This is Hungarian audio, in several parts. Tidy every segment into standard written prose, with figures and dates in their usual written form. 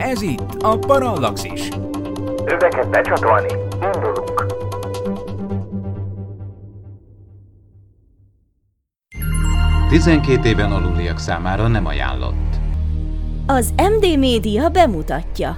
Ez itt a Parallaxis. Öveket becsatolni, indulunk! Tizenkét éven aluliak számára nem ajánlott. Az MD Média bemutatja.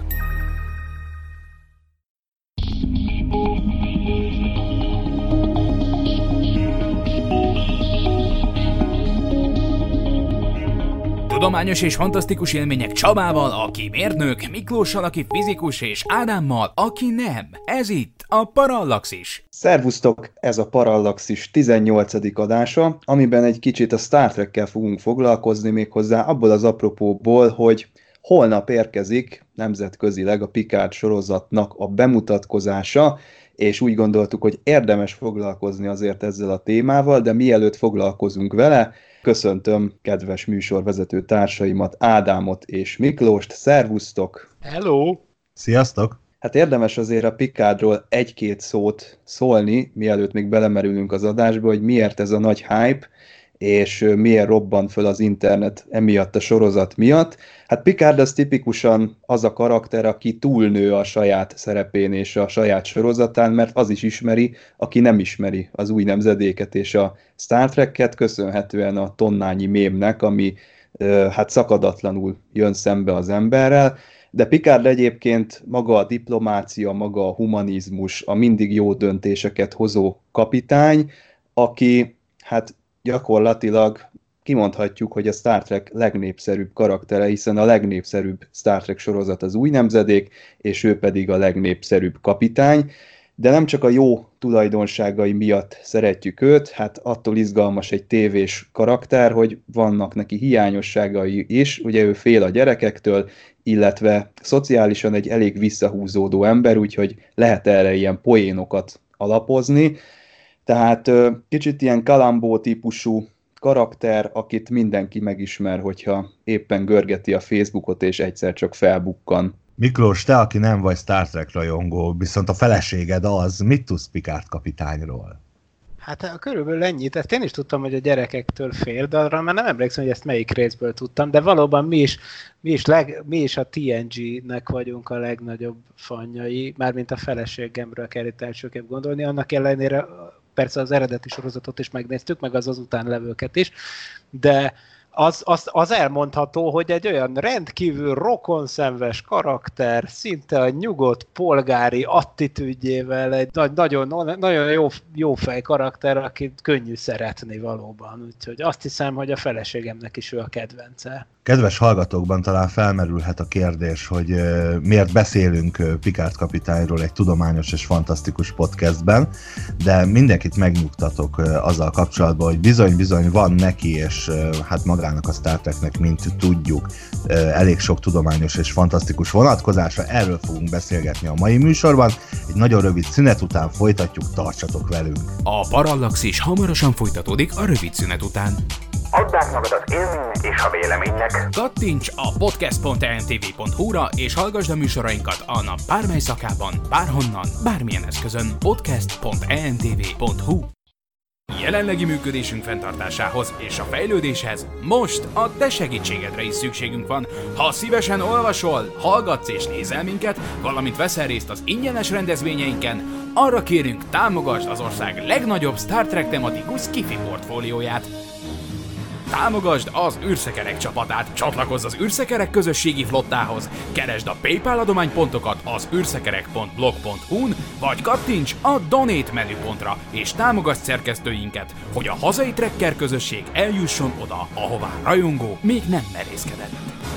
Tudományos és fantasztikus élmények Csabával, aki mérnök, Miklóssal, aki fizikus, és Ádámmal, aki nem. Ez itt a Parallaxis. Szervusztok! Ez a Parallaxis 18. adása, amiben egy kicsit a Star Trekkel fogunk foglalkozni, méghozzá abból az apropóból, hogy holnap érkezik nemzetközileg a Picard sorozatnak a bemutatkozása, és úgy gondoltuk, hogy érdemes foglalkozni azért ezzel a témával, de mielőtt foglalkozunk vele, köszöntöm kedves műsorvezető társaimat, Ádámot és Miklóst. Szervusztok! Hello! Sziasztok! Hát érdemes azért a Picardról egy-két szót szólni, mielőtt még belemerülünk az adásba, hogy miért ez a nagy hype, és miért robban föl az internet emiatt a sorozat miatt. Hát Picard az tipikusan az a karakter, aki túlnő a saját szerepén és a saját sorozatán, mert az is ismeri, aki nem ismeri az új nemzedéket és a Star Trek-et, köszönhetően a tonnányi mémnek, ami hát szakadatlanul jön szembe az emberrel. De Picard egyébként maga a diplomácia, maga a humanizmus, a mindig jó döntéseket hozó kapitány, aki hát gyakorlatilag kimondhatjuk, hogy a Star Trek legnépszerűbb karaktere, hiszen a legnépszerűbb Star Trek sorozat az új nemzedék, és ő pedig a legnépszerűbb kapitány. De nem csak a jó tulajdonságai miatt szeretjük őt, hát attól izgalmas egy tévés karakter, hogy vannak neki hiányosságai is, ugye ő fél a gyerekektől, illetve szociálisan egy elég visszahúzódó ember, úgyhogy lehet erre ilyen poénokat alapozni. Tehát kicsit ilyen Columbo típusú karakter, akit mindenki megismer, hogyha éppen görgeti a Facebookot, és egyszer csak felbukkan. Miklós, te, aki nem vagy Star Trek rajongó, viszont a feleséged az, mit tudsz Picard kapitányról? Hát körülbelül ennyit, ezt én is tudtam, hogy a gyerekektől fél, de arra már nem emlékszem, hogy ezt melyik részből tudtam, de valóban mi is a TNG-nek vagyunk a legnagyobb fanjai, mármint a feleségemről kell itt elsőképp gondolni, annak ellenére persze az eredeti sorozatot is megnéztük, meg az után levőket is, de az elmondható, hogy egy olyan rendkívül rokonszenves karakter, szinte a nyugodt polgári attitűdjével, egy nagyon jó fej karakter, akit könnyű szeretni valóban. Úgyhogy azt hiszem, hogy a feleségemnek is ő a kedvence. Kedves hallgatókban talán felmerülhet a kérdés, hogy miért beszélünk Picard kapitányról egy tudományos és fantasztikus podcastben, de mindenkit megnyugtatok azzal kapcsolatban, hogy bizony van neki, és hát magának a Star Treknek, mint tudjuk, elég sok tudományos és fantasztikus vonatkozása. Erről fogunk beszélgetni a mai műsorban. Egy nagyon rövid szünet után folytatjuk, tartsatok velünk! A Parallaxis hamarosan folytatódik a rövid szünet után. Add magad az élménynek és a véleménynek. Kattints a podcast.entv.hu-ra és hallgasd a műsorainkat a nap bármely szakában, bárhonnan, bármilyen eszközön. podcast.entv.hu. Jelenlegi működésünk fenntartásához és a fejlődéshez most a te segítségedre is szükségünk van. Ha szívesen olvasol, hallgatsz és nézel minket, valamint veszel részt az ingyenes rendezvényeinken, arra kérünk, támogasd az ország legnagyobb Star Trek tematikus sci-fi portfólióját. Támogasd az űrszekerek csapatát, csatlakozz az űrszekerek közösségi flottához, keresd a PayPal adománypontokat az űrszekerek.blog.hu-n, vagy kattints a Donate menüpontra, és támogasd szerkesztőinket, hogy a hazai trekker közösség eljusson oda, ahová rajongó még nem merészkedett.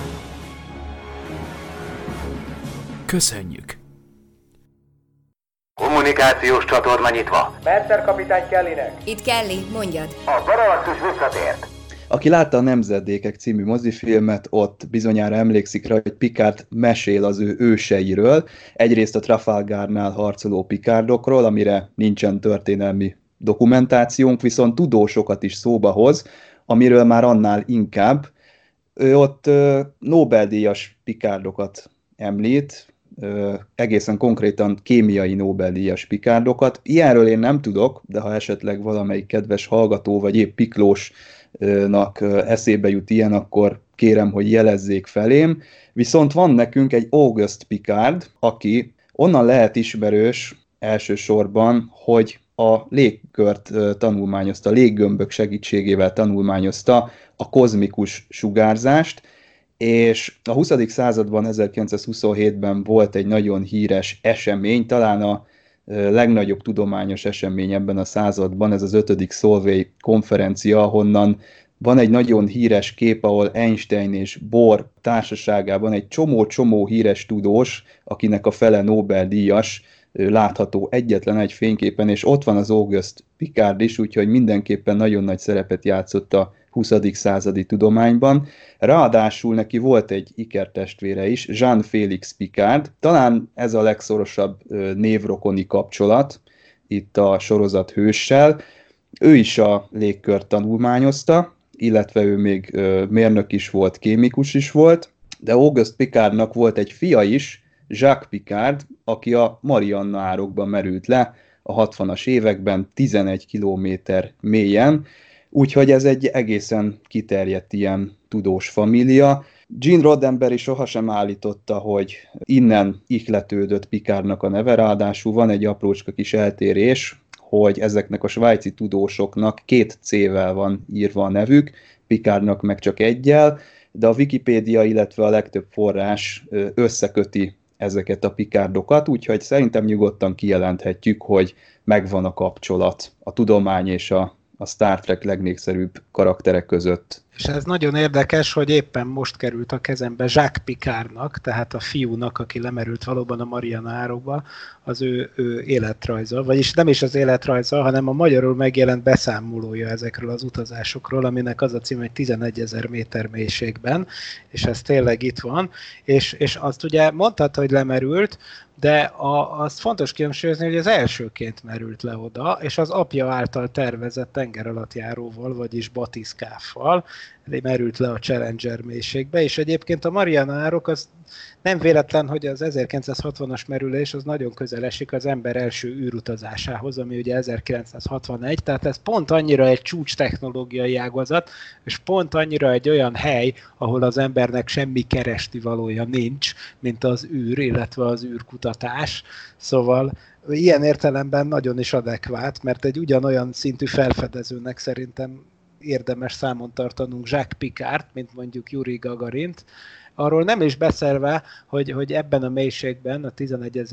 Köszönjük! Kommunikációs csatorna nyitva. Mercer kapitány Kellynek. Itt Kelly, mondjad. A Parallaxis visszatért. Aki látta a Nemzedékek című mozifilmet, ott bizonyára emlékszik rá, hogy Picard mesél az ő őseiről. Egyrészt a Trafalgarnál harcoló Picardokról, amire nincsen történelmi dokumentációnk, viszont tudósokat is szóba hoz, amiről már annál inkább. Ő ott Nobel-díjas Picardokat említ, egészen konkrétan kémiai Nobel-díjas Picardokat. Ilyenről én nem tudok, de ha esetleg valamelyik kedves hallgató, vagy épp Miklós eszébe jut ilyen, akkor kérem, hogy jelezzék felém. Viszont van nekünk egy Auguste Piccard, aki onnan lehet ismerős elsősorban, hogy a légkört tanulmányozta, a léggömbök segítségével tanulmányozta a kozmikus sugárzást, és a 20. században, 1927-ben volt egy nagyon híres esemény, talán a legnagyobb tudományos esemény ebben a században, ez az 5. Solvay konferencia, ahonnan van egy nagyon híres kép, ahol Einstein és Bohr társaságában egy csomó híres tudós, akinek a fele Nobel-díjas, látható egyetlen egy fényképen, és ott van az Auguste Piccard is, úgyhogy mindenképpen nagyon nagy szerepet játszott a 20. századi tudományban. Ráadásul neki volt egy ikertestvére is, Jean-Félix Piccard, talán ez a legszorosabb névrokoni kapcsolat itt a sorozat hőssel. Ő is a légkört tanulmányozta, illetve ő még mérnök is volt, kémikus is volt, de Auguste Piccardnak volt egy fia is, Jacques Piccard, aki a Marianna-árokban merült le a 60-as években 11 kilométer mélyen, úgyhogy ez egy egészen kiterjedt ilyen tudós família. Gene Roddenberry sohasem állította, hogy innen ihletődött Piccardnak a neve, ráadásul van egy aprócska kis eltérés, hogy ezeknek a svájci tudósoknak 2 C-vel van írva a nevük, Piccardnak meg csak 1-jel, de a Wikipédia, illetve a legtöbb forrás összeköti ezeket a Piccardokat, úgyhogy szerintem nyugodtan kijelenthetjük, hogy megvan a kapcsolat a tudomány és a Star Trek legnépszerűbb karakterek között. És ez nagyon érdekes, hogy éppen most került a kezembe Jacques Piccardnak, tehát a fiúnak, aki lemerült valóban a Mariana-árokba, az ő életrajza, vagyis nem is az életrajza, hanem a magyarul megjelent beszámolója ezekről az utazásokról, aminek az a cím, hogy 11 000 méter mélységben, és ez tényleg itt van, és azt ugye mondtad, hogy lemerült, de azt fontos kihangsúlyozni, hogy az elsőként merült le oda, és az apja által tervezett tengeralattjáróval, vagyis batiszkáffal merült le a Challenger mélységbe, és egyébként a Mariana-árok az nem véletlen, hogy az 1960-as merülés az nagyon közel esik az ember első űrutazásához, ami ugye 1961, tehát ez pont annyira egy csúcs technológiai ágazat, és pont annyira egy olyan hely, ahol az embernek semmi keresti valója nincs, mint az űr, illetve az űrkutatás. Szóval ilyen értelemben nagyon is adekvát, mert egy ugyanolyan szintű felfedezőnek szerintem érdemes számon tartanunk Jacques Piccardt, mint mondjuk Juri Gagarint. Arról nem is beszélve, hogy ebben a mélységben, a 11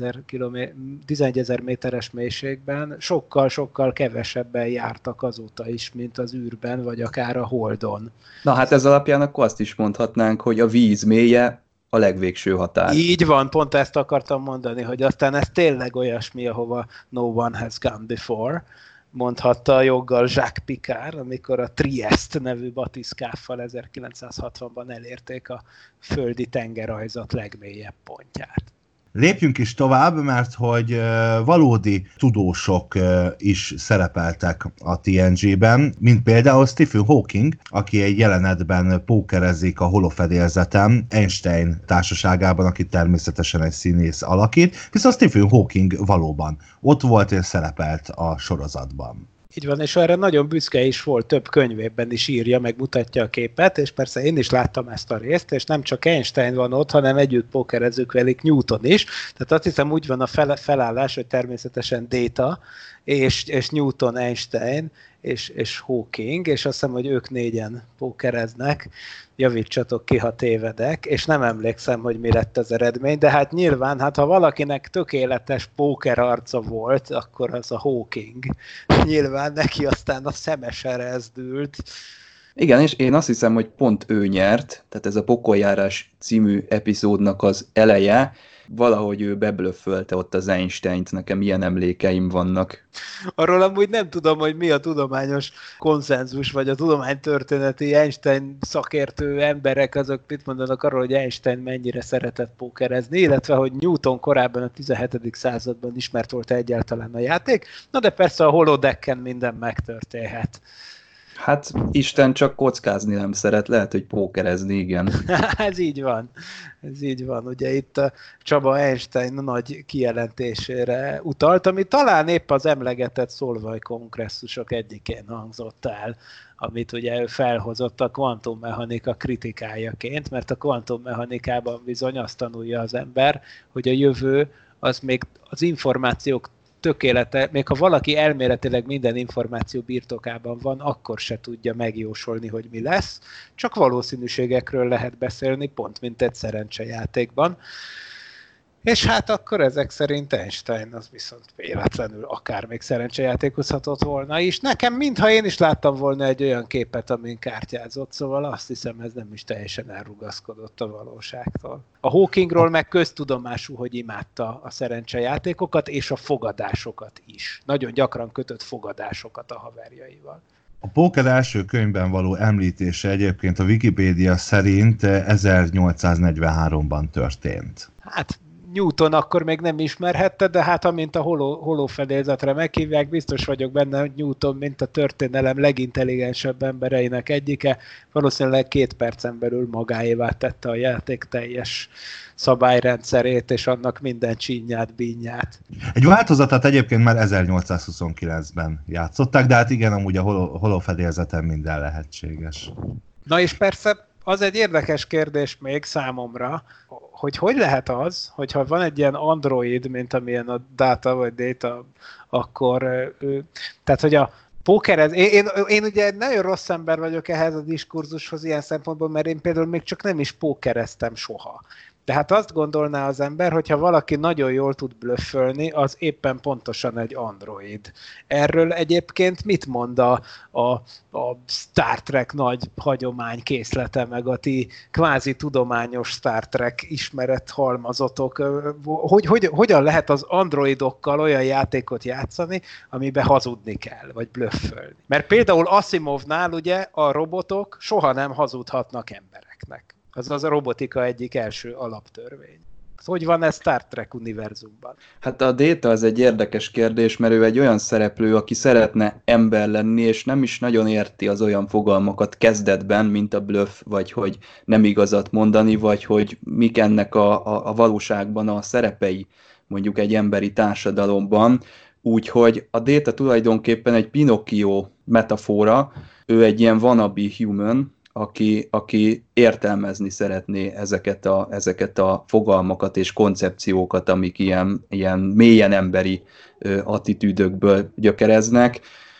000 méteres mélységben sokkal kevesebben jártak azóta is, mint az űrben, vagy akár a Holdon. Na hát ez alapján akkor azt is mondhatnánk, hogy a víz mélye a legvégső határ. Így van, pont ezt akartam mondani, hogy aztán ez tényleg olyasmi, ahova no one has gone before, mondhatta joggal Jacques Piccard, amikor a Trieste nevű batiszkáffal 1960-ban elérték a földi tengerrajzat legmélyebb pontját. Lépjünk is tovább, mert hogy valódi tudósok is szerepeltek a TNG-ben, mint például Stephen Hawking, aki egy jelenetben pókerezik a holofedélzeten Einstein társaságában, aki természetesen egy színész alakít, viszont Stephen Hawking valóban ott volt és szerepelt a sorozatban. Így van, és erre nagyon büszke is volt, több könyvében is írja, meg mutatja a képet, és persze én is láttam ezt a részt, és nem csak Einstein van ott, hanem együtt pókerezők velik Newton is, tehát azt hiszem úgy van a felállás, hogy természetesen Data, és Newton, Einstein, és Hawking, és azt hiszem, hogy ők 4-en pókereznek, javítsatok ki, ha tévedek, és nem emlékszem, hogy mi lett az eredmény, de hát nyilván, ha valakinek tökéletes pókerarca volt, akkor az a Hawking. Nyilván neki aztán a szemesen rezdült. Igen, és én azt hiszem, hogy pont ő nyert, tehát ez a Pokoljárás című epizódnak az eleje, valahogy ő beblöffölte ott az Einsteint, nekem ilyen emlékeim vannak. Arról amúgy nem tudom, hogy mi a tudományos konszenzus, vagy a tudománytörténeti Einstein szakértő emberek, azok mit mondanak arról, hogy Einstein mennyire szeretett pókerezni, illetve hogy Newton korábban a 17. században ismert volt egyáltalán a játék, na de persze a holodecken minden megtörténhet. Hát Isten csak kockázni nem szeret, lehet, hogy pókerezni, igen. Ez így van. Ez így van. Ugye itt a Csaba Einstein nagy kijelentésére utalt, ami talán épp az emlegetett szolvaj kongresszusok egyikén hangzott el, amit ugye ő felhozott a kvantummechanika kritikájaként, mert a kvantummechanikában bizony azt tanulja az ember, hogy a jövő az még az információk tökélete, még ha valaki elméletileg minden információ birtokában van, akkor se tudja megjósolni, hogy mi lesz, csak valószínűségekről lehet beszélni, pont mint egy szerencsejátékban. És hát akkor ezek szerint Einstein az viszont véletlenül akár még szerencsejátékozhatott volna is. Nekem mintha én is láttam volna egy olyan képet, amin kártyázott, szóval azt hiszem, ez nem is teljesen elrugaszkodott a valóságtól. A Hawkingról meg köztudomású, hogy imádta a szerencsejátékokat és a fogadásokat is. Nagyon gyakran kötött fogadásokat a haverjaival. A póker első könyvben való említése egyébként a Wikipédia szerint 1843-ban történt. Hát Newton akkor még nem ismerhette, de hát amint a holófedélzetre meghívják, biztos vagyok benne, hogy Newton, mint a történelem legintelligensebb embereinek egyike, valószínűleg 2 percen belül magáévá tette a játék teljes szabályrendszerét, és annak minden csínyát, bínyát. Egy változatát egyébként már 1829-ben játszották, de hát igen, amúgy a holófedélzeten minden lehetséges. Na és persze, az egy érdekes kérdés még számomra, hogy lehet az, hogyha van egy ilyen android, mint amilyen a data vagy data, akkor, tehát hogy a pókerez, én ugye nagyon rossz ember vagyok ehhez a diskurzushoz ilyen szempontból, mert én például még csak nem is pókereztem soha. De hát azt gondolná az ember, hogyha valaki nagyon jól tud blöffölni, az éppen pontosan egy android. Erről egyébként mit mond a Star Trek nagy hagyomány készlete, meg a ti kvázi tudományos Star Trek ismeret halmazotok? Hogyan lehet az androidokkal olyan játékot játszani, amiben hazudni kell, vagy blöffölni? Mert például Asimovnál ugye a robotok soha nem hazudhatnak embereknek. Az a robotika egyik első alaptörvény. Hogy van ez Star Trek univerzumban? Hát a Data az egy érdekes kérdés, mert ő egy olyan szereplő, aki szeretne ember lenni, és nem is nagyon érti az olyan fogalmakat kezdetben, mint a bluff, vagy hogy nem igazat mondani, vagy hogy mik ennek a valóságban a szerepei, mondjuk egy emberi társadalomban. Úgyhogy a Data tulajdonképpen egy Pinocchio metafora, ő egy ilyen wannabe human, aki értelmezni szeretné ezeket a fogalmakat és koncepciókat, amik ilyen mélyen emberi attitűdökből gyökereznek.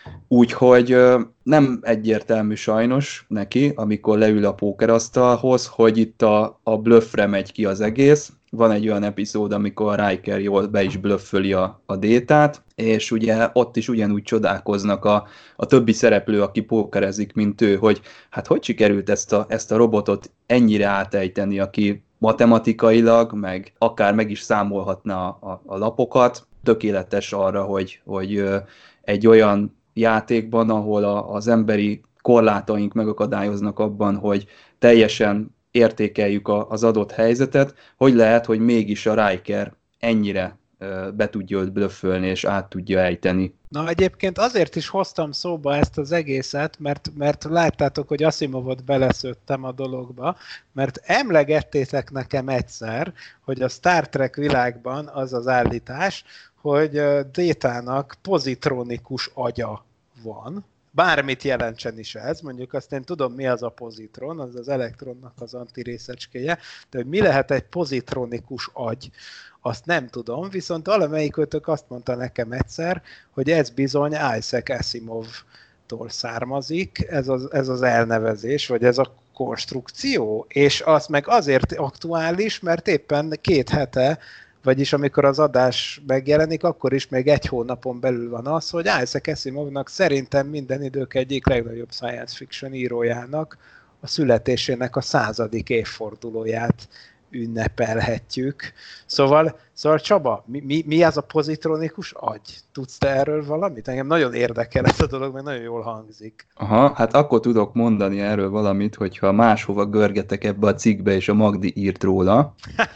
Úgyhogy nem egyértelmű sajnos neki, amikor leül a pókerasztalhoz, hogy itt a bluffre megy ki az egész. Van egy olyan epizód, amikor a Riker jól be is blöfföli a Datát, és ugye ott is ugyanúgy csodálkoznak a többi szereplő, aki pókerezik, mint ő, hogy hát hogy sikerült ezt a robotot ennyire átejteni, aki matematikailag, meg akár meg is számolhatná a lapokat, tökéletes arra, hogy egy olyan játékban, ahol az emberi korlátaink megakadályoznak abban, hogy teljesen értékeljük az adott helyzetet, hogy lehet, hogy mégis a Riker ennyire be tudja őt blöffölni, és át tudja ejteni. Na egyébként azért is hoztam szóba ezt az egészet, mert láttátok, hogy Asimovot beleszőttem a dologba, mert emlegettétek nekem egyszer, hogy a Star Trek világban az az állítás, hogy Datának pozitronikus agya van. Bármit jelentsen is ez, mondjuk azt én tudom, mi az a pozitron, az az elektronnak az antirészecskéje, de hogy mi lehet egy pozitronikus agy, azt nem tudom, viszont valamelyikőtök azt mondta nekem egyszer, hogy ez bizony Isaac Asimovtól származik, ez az elnevezés, vagy ez a konstrukció, és az meg azért aktuális, mert éppen 2 hete, vagyis amikor az adás megjelenik, akkor is még 1 hónapon belül van az, hogy Isaac Asimovnak szerintem minden idők egyik legnagyobb science fiction írójának a születésének a 100. évfordulóját ünnepelhetjük. Szóval Csaba, mi az a pozitronikus agy? Tudsz te erről valamit? Engem nagyon érdekel ez a dolog, mert nagyon jól hangzik. Aha, hát akkor tudok mondani erről valamit, hogyha máshova görgetek ebbe a cikkbe, és a Magdi írt róla.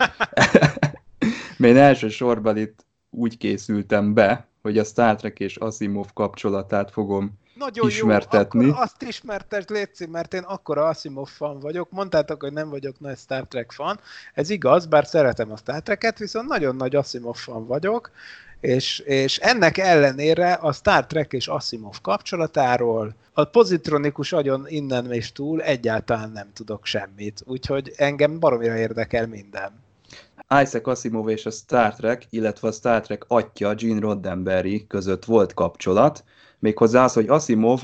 Én elsősorban itt úgy készültem be, hogy a Star Trek és Asimov kapcsolatát fogom nagyon ismertetni. jó, akkor azt ismertesd, létszik, mert én akkora Asimov fan vagyok. Mondtátok, hogy nem vagyok nagy Star Trek fan. Ez igaz, bár szeretem a Star Treket, viszont nagyon nagy Asimov fan vagyok, és ennek ellenére a Star Trek és Asimov kapcsolatáról a pozitronikus agyon innen és túl egyáltalán nem tudok semmit. Úgyhogy engem baromira érdekel minden. Isaac Asimov és a Star Trek, illetve a Star Trek atya Gene Roddenberry között volt kapcsolat, méghozzá az, hogy Asimov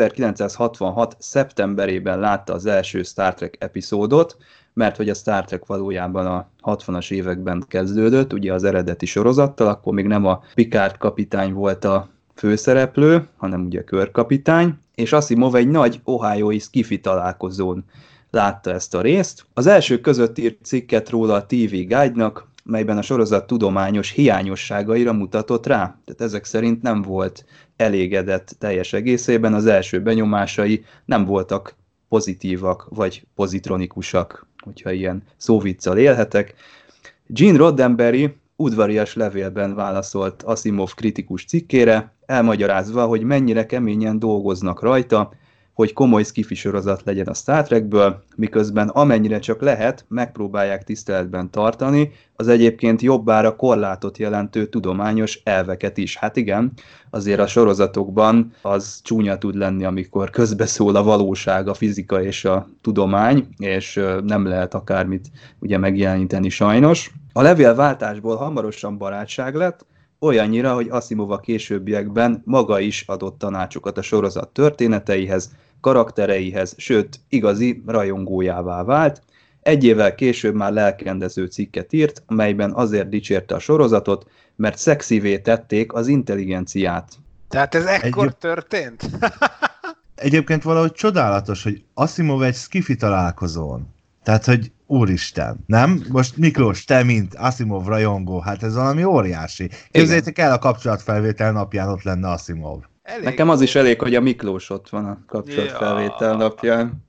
1966. szeptemberében látta az első Star Trek epizódot, mert hogy a Star Trek valójában a 60-as években kezdődött, ugye az eredeti sorozattal, akkor még nem a Picard kapitány volt a főszereplő, hanem ugye Kirk kapitány, és Asimov egy nagy ohiói sci-fi találkozón látta ezt a részt. Az első között írt cikket róla a TV Guide-nak, melyben a sorozat tudományos hiányosságaira mutatott rá. Tehát ezek szerint nem volt elégedett teljes egészében, az első benyomásai nem voltak pozitívak vagy pozitronikusak, hogyha ilyen szóvicccal élhetek. Gene Roddenberry udvarias levélben válaszolt Asimov kritikus cikkére, elmagyarázva, hogy mennyire keményen dolgoznak rajta, hogy komoly sci-fi sorozat legyen a Star Trekből, miközben amennyire csak lehet, megpróbálják tiszteletben tartani az egyébként jobbára korlátot jelentő tudományos elveket is. Hát igen, azért a sorozatokban az csúnya tud lenni, amikor közbeszól a valóság, a fizika és a tudomány, és nem lehet akármit ugye megjeleníteni sajnos. A levélváltásból hamarosan barátság lett, olyannyira, hogy Asimov a későbbiekben maga is adott tanácsokat a sorozat történeteihez, karaktereihez, sőt, igazi rajongójává vált. Egy évvel később már lelkendező cikket írt, amelyben azért dicsérte a sorozatot, mert szexivé tették az intelligenciát. Tehát ez ekkor történt? Egyébként valahogy csodálatos, hogy Asimov egy sci-fi találkozón. Tehát, hogy úristen, nem? Most Miklós, te mint Asimov rajongó, hát ez valami óriási. Képzeljétek el, a kapcsolatfelvétel napján ott lenne Asimov. Elég nekem az is elég, hogy a Miklós ott van a kapcsolatfelvétel napján.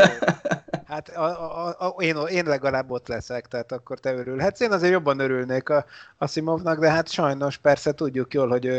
Hát én legalább ott leszek, tehát akkor te örülhetsz. Én azért jobban örülnék a Asimovnak, de hát sajnos persze tudjuk jól, hogy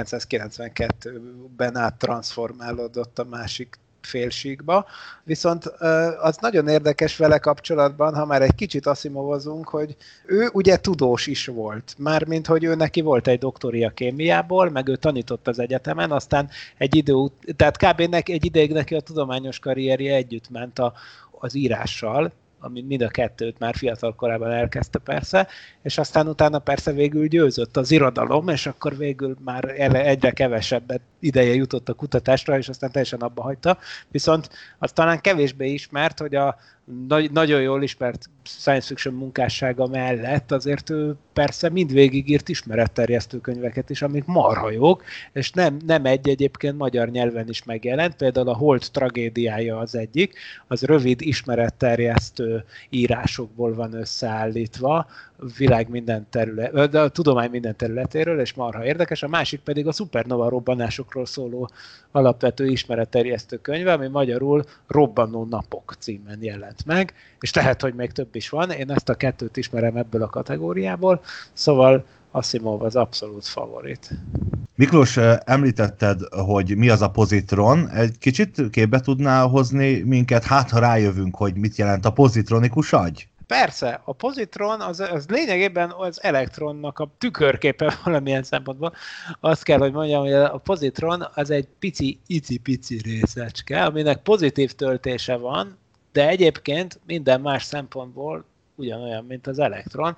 1992-ben áttranszformálódott a másik félsíkba, viszont az nagyon érdekes vele kapcsolatban, ha már egy kicsit Asimovozunk, hogy ő ugye tudós is volt, mármint hogy ő neki volt egy doktoria kémiából, meg ő tanított az egyetemen, aztán tehát kb. Egy ideig neki a tudományos karrierje együtt ment az írással, ami mind a kettőt már fiatal korában elkezdte persze, és aztán utána persze végül győzött az irodalom, és akkor végül már egyre kevesebbet ideje jutott a kutatásra, és aztán teljesen abba hagyta. Viszont az talán kevésbé ismert, hogy a nagyon jól ismert science fiction munkássága mellett azért ő persze mindvégig írt ismeretterjesztő könyveket is, amik marha jók, és nem egyébként magyar nyelven is megjelent, például a Holt tragédiája az egyik, az rövid ismeretterjesztő írásokból van összeállítva, világ minden terület, a tudomány minden területéről, és marha érdekes, a másik pedig a szupernova robbanásokról szóló alapvető ismeretterjesztő könyve, ami magyarul Robbanó napok címen jelent meg, és lehet, hogy még több is van, én ezt a kettőt ismerem ebből a kategóriából, szóval Asimov az abszolút favorit. Miklós, említetted, hogy mi az a pozitron, egy kicsit képbe tudnál hozni minket, hát ha rájövünk, hogy mit jelent a pozitronikus agy? Persze, a pozitron az lényegében az elektronnak a tükörképe valamilyen szempontból. Azt kell, hogy mondjam, hogy a pozitron az egy pici, icipici részecske, aminek pozitív töltése van, de egyébként minden más szempontból ugyanolyan, mint az elektron.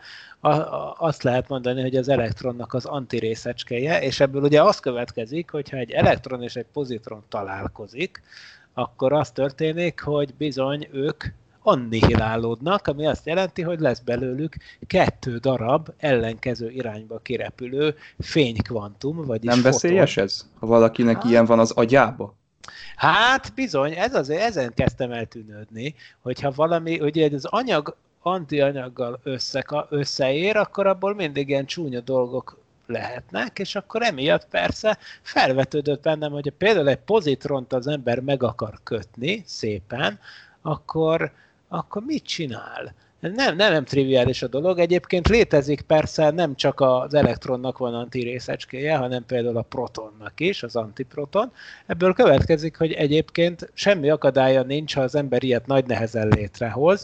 Azt lehet mondani, hogy az elektronnak az antirészecskeje, és ebből ugye az következik, hogyha egy elektron és egy pozitron találkozik, akkor az történik, hogy bizony ők annihilálódnak, ami azt jelenti, hogy lesz belőlük 2 darab ellenkező irányba kirepülő fénykvantum, vagyis nem veszélyes ez, ha valakinek ilyen van az agyába? Hát bizony, ezen kezdtem eltűnődni, hogyha valami, ugye az anyag antianyaggal összeér, akkor abból mindig ilyen csúnya dolgok lehetnek, és akkor emiatt persze felvetődött bennem, hogy például egy pozitront az ember meg akar kötni szépen, akkor mit csinál? Nem triviális a dolog. Egyébként létezik persze, nem csak az elektronnak van antirészecskéje, hanem például a protonnak is, az antiproton. Ebből következik, hogy egyébként semmi akadálya nincs, ha az ember ilyet nagy nehezen létrehoz,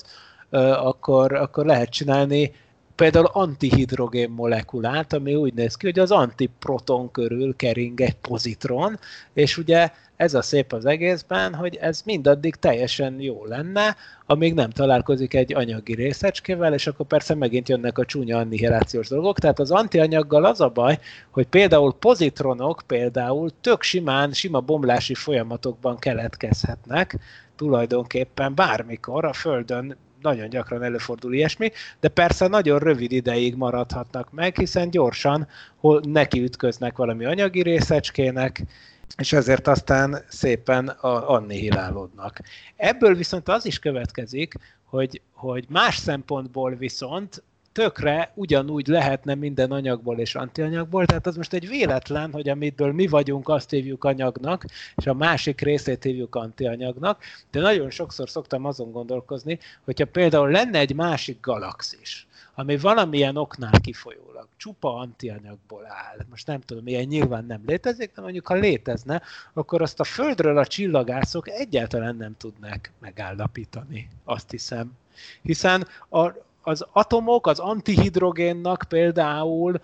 akkor lehet csinálni például antihidrogén molekulát, ami úgy néz ki, hogy az antiproton körül kering egy pozitron, és ugye ez a szép az egészben, hogy ez mindaddig teljesen jó lenne, amíg nem találkozik egy anyagi részecskével, és akkor persze megint jönnek a csúnya annihilációs dolgok. Tehát az antianyaggal az a baj, hogy például pozitronok tök sima bomlási folyamatokban keletkezhetnek, tulajdonképpen bármikor a Földön nagyon gyakran előfordul ilyesmi, de persze nagyon rövid ideig maradhatnak meg, hiszen gyorsan nekiütköznek valami anyagi részecskének, és ezért aztán szépen annihilálódnak. Ebből viszont az is következik, hogy más szempontból viszont tökre ugyanúgy lehetne minden anyagból és antianyagból, tehát az most egy véletlen, hogy amitből mi vagyunk, azt hívjuk anyagnak, és a másik részét hívjuk antianyagnak, de nagyon sokszor szoktam azon gondolkozni, hogyha például lenne egy másik galaxis, ami valamilyen oknál kifolyólag csupa antianyagból áll. Most nem tudom, ilyen nyilván nem létezik, de mondjuk ha létezne, akkor azt a Földről a csillagászok egyáltalán nem tudnák megállapítani, azt hiszem. Hiszen az atomok, az antihidrogénnak például,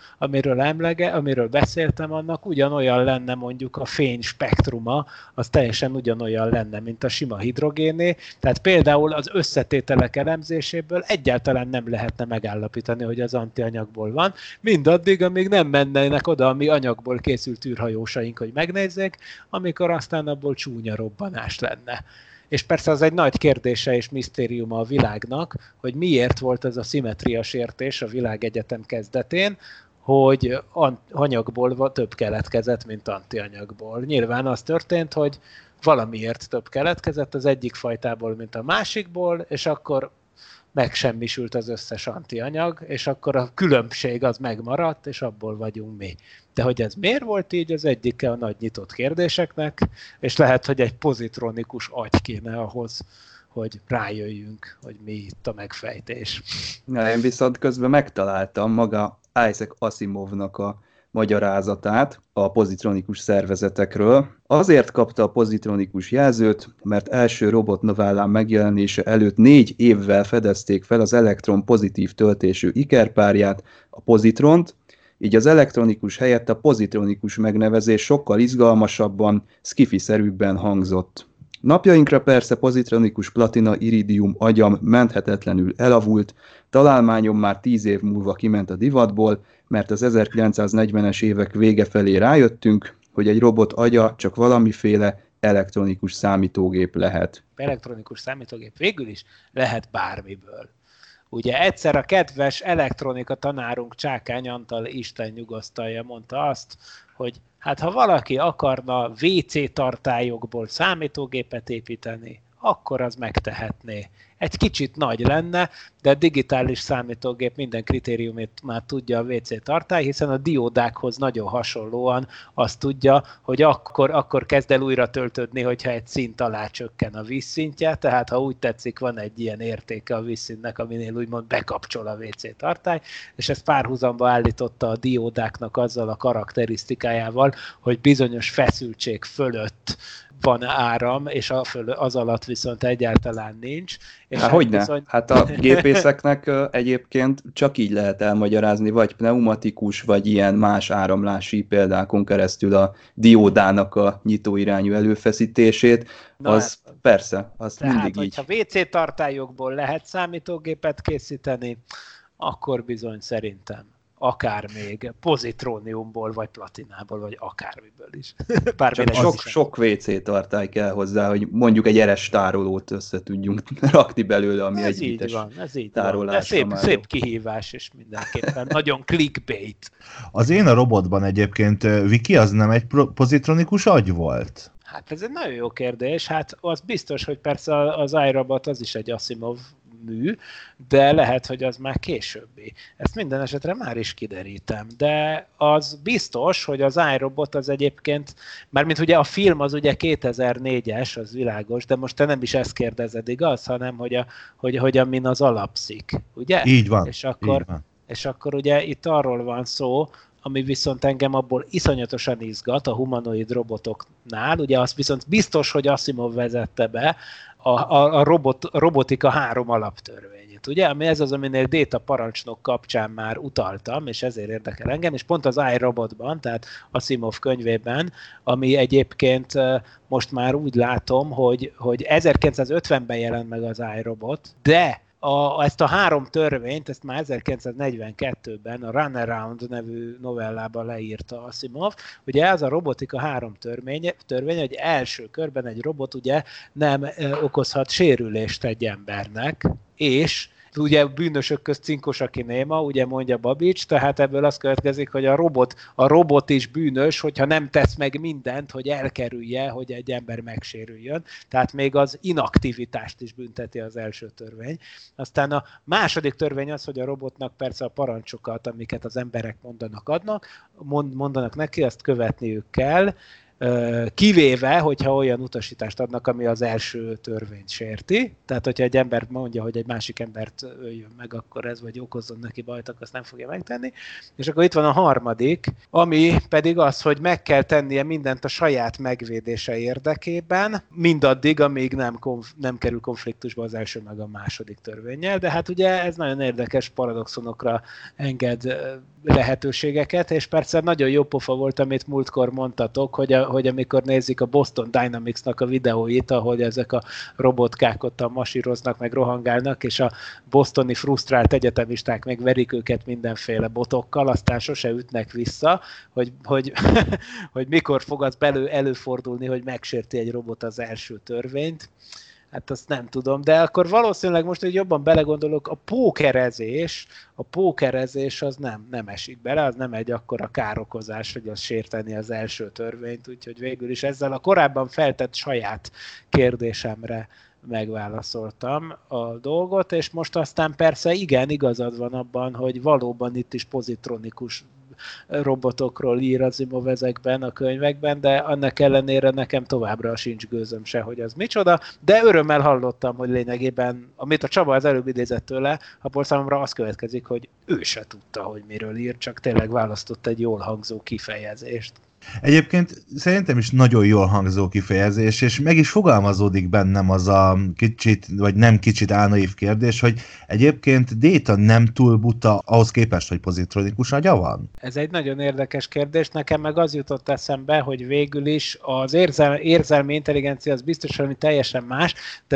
amiről beszéltem, annak ugyanolyan lenne mondjuk a fény spektruma, az teljesen ugyanolyan lenne, mint a sima hidrogéné. Tehát például az összetételek elemzéséből egyáltalán nem lehetne megállapítani, hogy az antianyagból van, mindaddig, amíg nem mennének oda a mi anyagból készült űrhajósaink, hogy megnézzék, amikor aztán abból csúnya robbanás lenne. És persze az egy nagy kérdése és misztériuma a világnak, hogy miért volt ez a szimmetriasértés a világegyetem kezdetén, hogy anyagból több keletkezett, mint antianyagból. Nyilván az történt, hogy valamiért több keletkezett az egyik fajtából, mint a másikból, és akkor megsemmisült az összes antianyag, és akkor a különbség az megmaradt, és abból vagyunk mi. De hogy ez miért volt így, az egyike a nagy nyitott kérdéseknek, és lehet, hogy egy pozitronikus agy kéne ahhoz, hogy rájöjjünk, hogy mi itt a megfejtés. Na, én viszont közben megtaláltam maga Isaac Asimovnak a magyarázatát a pozitronikus szervezetekről. Azért kapta a pozitronikus jelzőt, mert első robotnovellán megjelenése előtt 4 évvel fedezték fel az elektron pozitív töltésű ikerpárját, a pozitront, így az elektronikus helyett a pozitronikus megnevezés sokkal izgalmasabban, sci-fi-szerűbben hangzott. Napjainkra persze pozitronikus platina iridium agyam menthetetlenül elavult, találmányom már 10 év múlva kiment a divatból, mert az 1940-es évek vége felé rájöttünk, hogy egy robot agya csak valamiféle elektronikus számítógép lehet. Elektronikus számítógép végül is lehet bármiből. Ugye egyszer a kedves elektronika tanárunk Csákány Antal, Isten nyugosztalja, mondta azt, hogy hát ha valaki akarna WC tartályokból számítógépet építeni, akkor az megtehetné. Egy kicsit nagy lenne, de a digitális számítógép minden kritériumét már tudja a WC tartály, hiszen a diódákhoz nagyon hasonlóan azt tudja, hogy akkor kezd el újra töltődni, hogyha egy szint alá csökken a vízszintje, tehát ha úgy tetszik, van egy ilyen értéke a vízszintnek, aminél úgymond bekapcsol a WC tartály, és ezt párhuzamba állította a diódáknak azzal a karakterisztikájával, hogy bizonyos feszültség fölött van áram, és az alatt viszont egyáltalán nincs. Hát hogyne? Bizony... Hát a gépészeknek egyébként csak így lehet elmagyarázni, vagy pneumatikus, vagy ilyen más áramlási példákon keresztül a diódának a nyitóirányú előfeszítését. Az hát, persze, az mindig így. Tehát, hogyha WC tartályokból lehet számítógépet készíteni, akkor bizony szerintem akár még pozitróniumból, vagy platinából, vagy akármiből is. Sok WC tartály kell hozzá, hogy mondjuk egy eres tárolót össze tudjunk rakni belőle, ami egy hites tárolás. Szép kihívás, és mindenképpen nagyon clickbait. Az Én a robotban egyébként Viki az nem egy pozitronikus agy volt? Hát ez egy nagyon jó kérdés. Hát az biztos, hogy persze az iRobot az is egy Asimov mű, de lehet, hogy az már későbbi. Ezt minden esetre már is kiderítem, de az biztos, hogy az iRobot az egyébként, mármint ugye a film az ugye 2004-es, az világos, de most te nem is ezt kérdezed, igaz, hanem hogy amin az alapszik, ugye? Így van. És akkor ugye itt arról van szó, ami viszont engem abból iszonyatosan izgat a humanoid robotoknál, ugye az viszont biztos, hogy Asimov vezette be a robotika 3 alaptörvényét, ugye? Ami ez az, aminél Data parancsnok kapcsán már utaltam, és ezért érdekel engem, és pont az iRobotban, tehát Asimov könyvében, ami egyébként most már úgy látom, hogy 1950-ben jelent meg az iRobot, de ezt a 3 törvényt, ezt már 1942-ben a Runaround nevű novellában leírta Asimov. Ugye ez a robotika 3 törvény, hogy első körben egy robot ugye nem okozhat sérülést egy embernek, és ugye bűnösök közt cinkos, aki néma, ugye mondja Babics, tehát ebből az következik, hogy a robot is bűnös, hogyha nem tesz meg mindent, hogy elkerülje, hogy egy ember megsérüljön. Tehát még az inaktivitást is bünteti az első törvény. Aztán a második törvény az, hogy a robotnak persze a parancsokat, amiket az emberek mondanak neki, azt követniük kell, kivéve, hogyha olyan utasítást adnak, ami az első törvényt sérti. Tehát, hogyha egy ember mondja, hogy egy másik embert öljön meg, akkor ez, vagy okozzon neki bajt, akkor azt nem fogja megtenni. És akkor itt van a harmadik, ami pedig az, hogy meg kell tennie mindent a saját megvédése érdekében, mindaddig, amíg nem kerül konfliktusba az első meg a második törvénnyel. De hát ugye ez nagyon érdekes paradoxonokra enged lehetőségeket, és persze nagyon jó pofa volt, amit múltkor mondtatok, hogy amikor nézik a Boston Dynamics-nak a videóit, ahol ezek a robotkák ott masíroznak, meg rohangálnak, és a bostoni frusztrált egyetemisták meg verik őket mindenféle botokkal, aztán sose ütnek vissza, hogy mikor fog az előfordulni, hogy megsérti egy robot az első törvényt. Hát azt nem tudom, de akkor valószínűleg most, hogy jobban belegondolok, a pókerezés az nem esik bele, az nem egy akkora károkozás, hogy az sérteni az első törvényt, úgyhogy végül is ezzel a korábban feltett saját kérdésemre megválaszoltam a dolgot, és most aztán persze igen, igazad van abban, hogy valóban itt is pozitronikus robotokról ír Asimov ezekben a könyvekben, de annak ellenére nekem továbbra sincs gőzöm se, hogy az micsoda, de örömmel hallottam, hogy lényegében, amit a Csaba az előbb idézett tőle, abból számomra az következik, hogy ő se tudta, hogy miről ír, csak tényleg választott egy jól hangzó kifejezést. Egyébként szerintem is nagyon jól hangzó kifejezés, és meg is fogalmazódik bennem az a kicsit, vagy nem kicsit álnaív kérdés, hogy egyébként Data nem túl buta ahhoz képest, hogy pozitronikus agya van? Ez egy nagyon érdekes kérdés, nekem meg az jutott eszembe, hogy végül is az érzelmi intelligencia az biztos, hogy teljesen más, de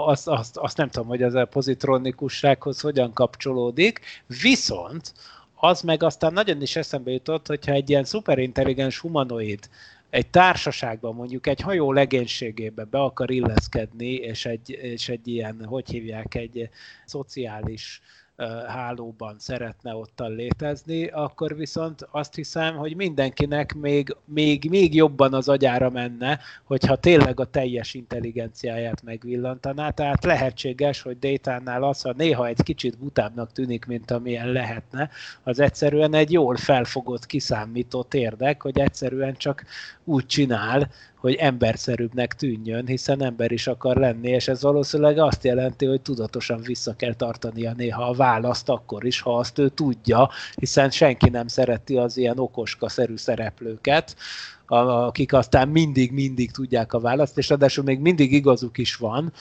azt nem tudom, hogy az a pozitronikussághoz hogyan kapcsolódik, viszont az meg aztán nagyon is eszembe jutott, hogyha egy ilyen szuperintelligens humanoid egy társaságban, mondjuk egy hajó legénységébe be akar illeszkedni, és egy ilyen, hogy hívják, egy szociális hálóban szeretne ottan létezni, akkor viszont azt hiszem, hogy mindenkinek még jobban az agyára menne, hogyha tényleg a teljes intelligenciáját megvillantaná. Tehát lehetséges, hogy Datánál az, ha néha egy kicsit butábbnak tűnik, mint amilyen lehetne, az egyszerűen egy jól felfogott, kiszámított érdek, hogy egyszerűen csak úgy csinál, hogy emberszerűbbnek tűnjön, hiszen ember is akar lenni, és ez valószínűleg azt jelenti, hogy tudatosan vissza kell tartania néha a választ akkor is, ha azt ő tudja, hiszen senki nem szereti az ilyen okoska-szerű szereplőket, akik aztán mindig tudják a választ, és ráadásul még mindig igazuk is van,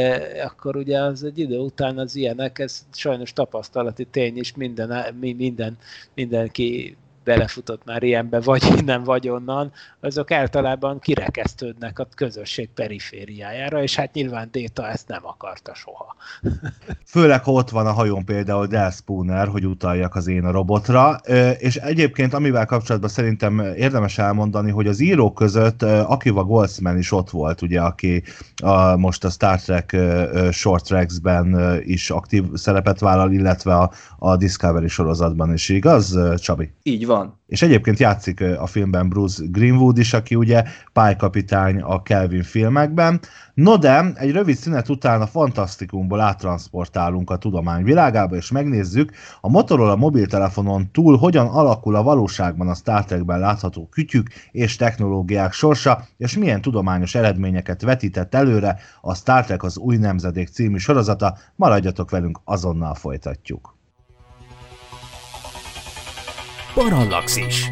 akkor ugye az egy idő után az ilyenek, ez sajnos tapasztalati tény is, mindenki belefutott már ilyenbe, vagy innen, vagy onnan, azok általában kirekesztődnek a közösség perifériájára, és hát nyilván Data ezt nem akarta soha. Főleg, ha ott van a hajón például Del Spooner, hogy utaljak az én a robotra, és egyébként amivel kapcsolatban szerintem érdemes elmondani, hogy az írók között Akiva Goldsman is ott volt, ugye, aki most a Star Trek Short Tracks-ben is aktív szerepet vállal, illetve a Discovery sorozatban is, igaz, Csabi? Így van. van. És egyébként játszik a filmben Bruce Greenwood is, aki ugye pálykapitány a Kelvin filmekben. No de, egy rövid szünet után a fantasztikumból áttranszportálunk a tudomány világába, és megnézzük a Motorola mobiltelefonon túl hogyan alakul a valóságban a Star Trekben látható kütyük és technológiák sorsa, és milyen tudományos eredményeket vetített előre a Star Trek az új nemzedék című sorozata. Maradjatok velünk, azonnal folytatjuk. Parallaxis.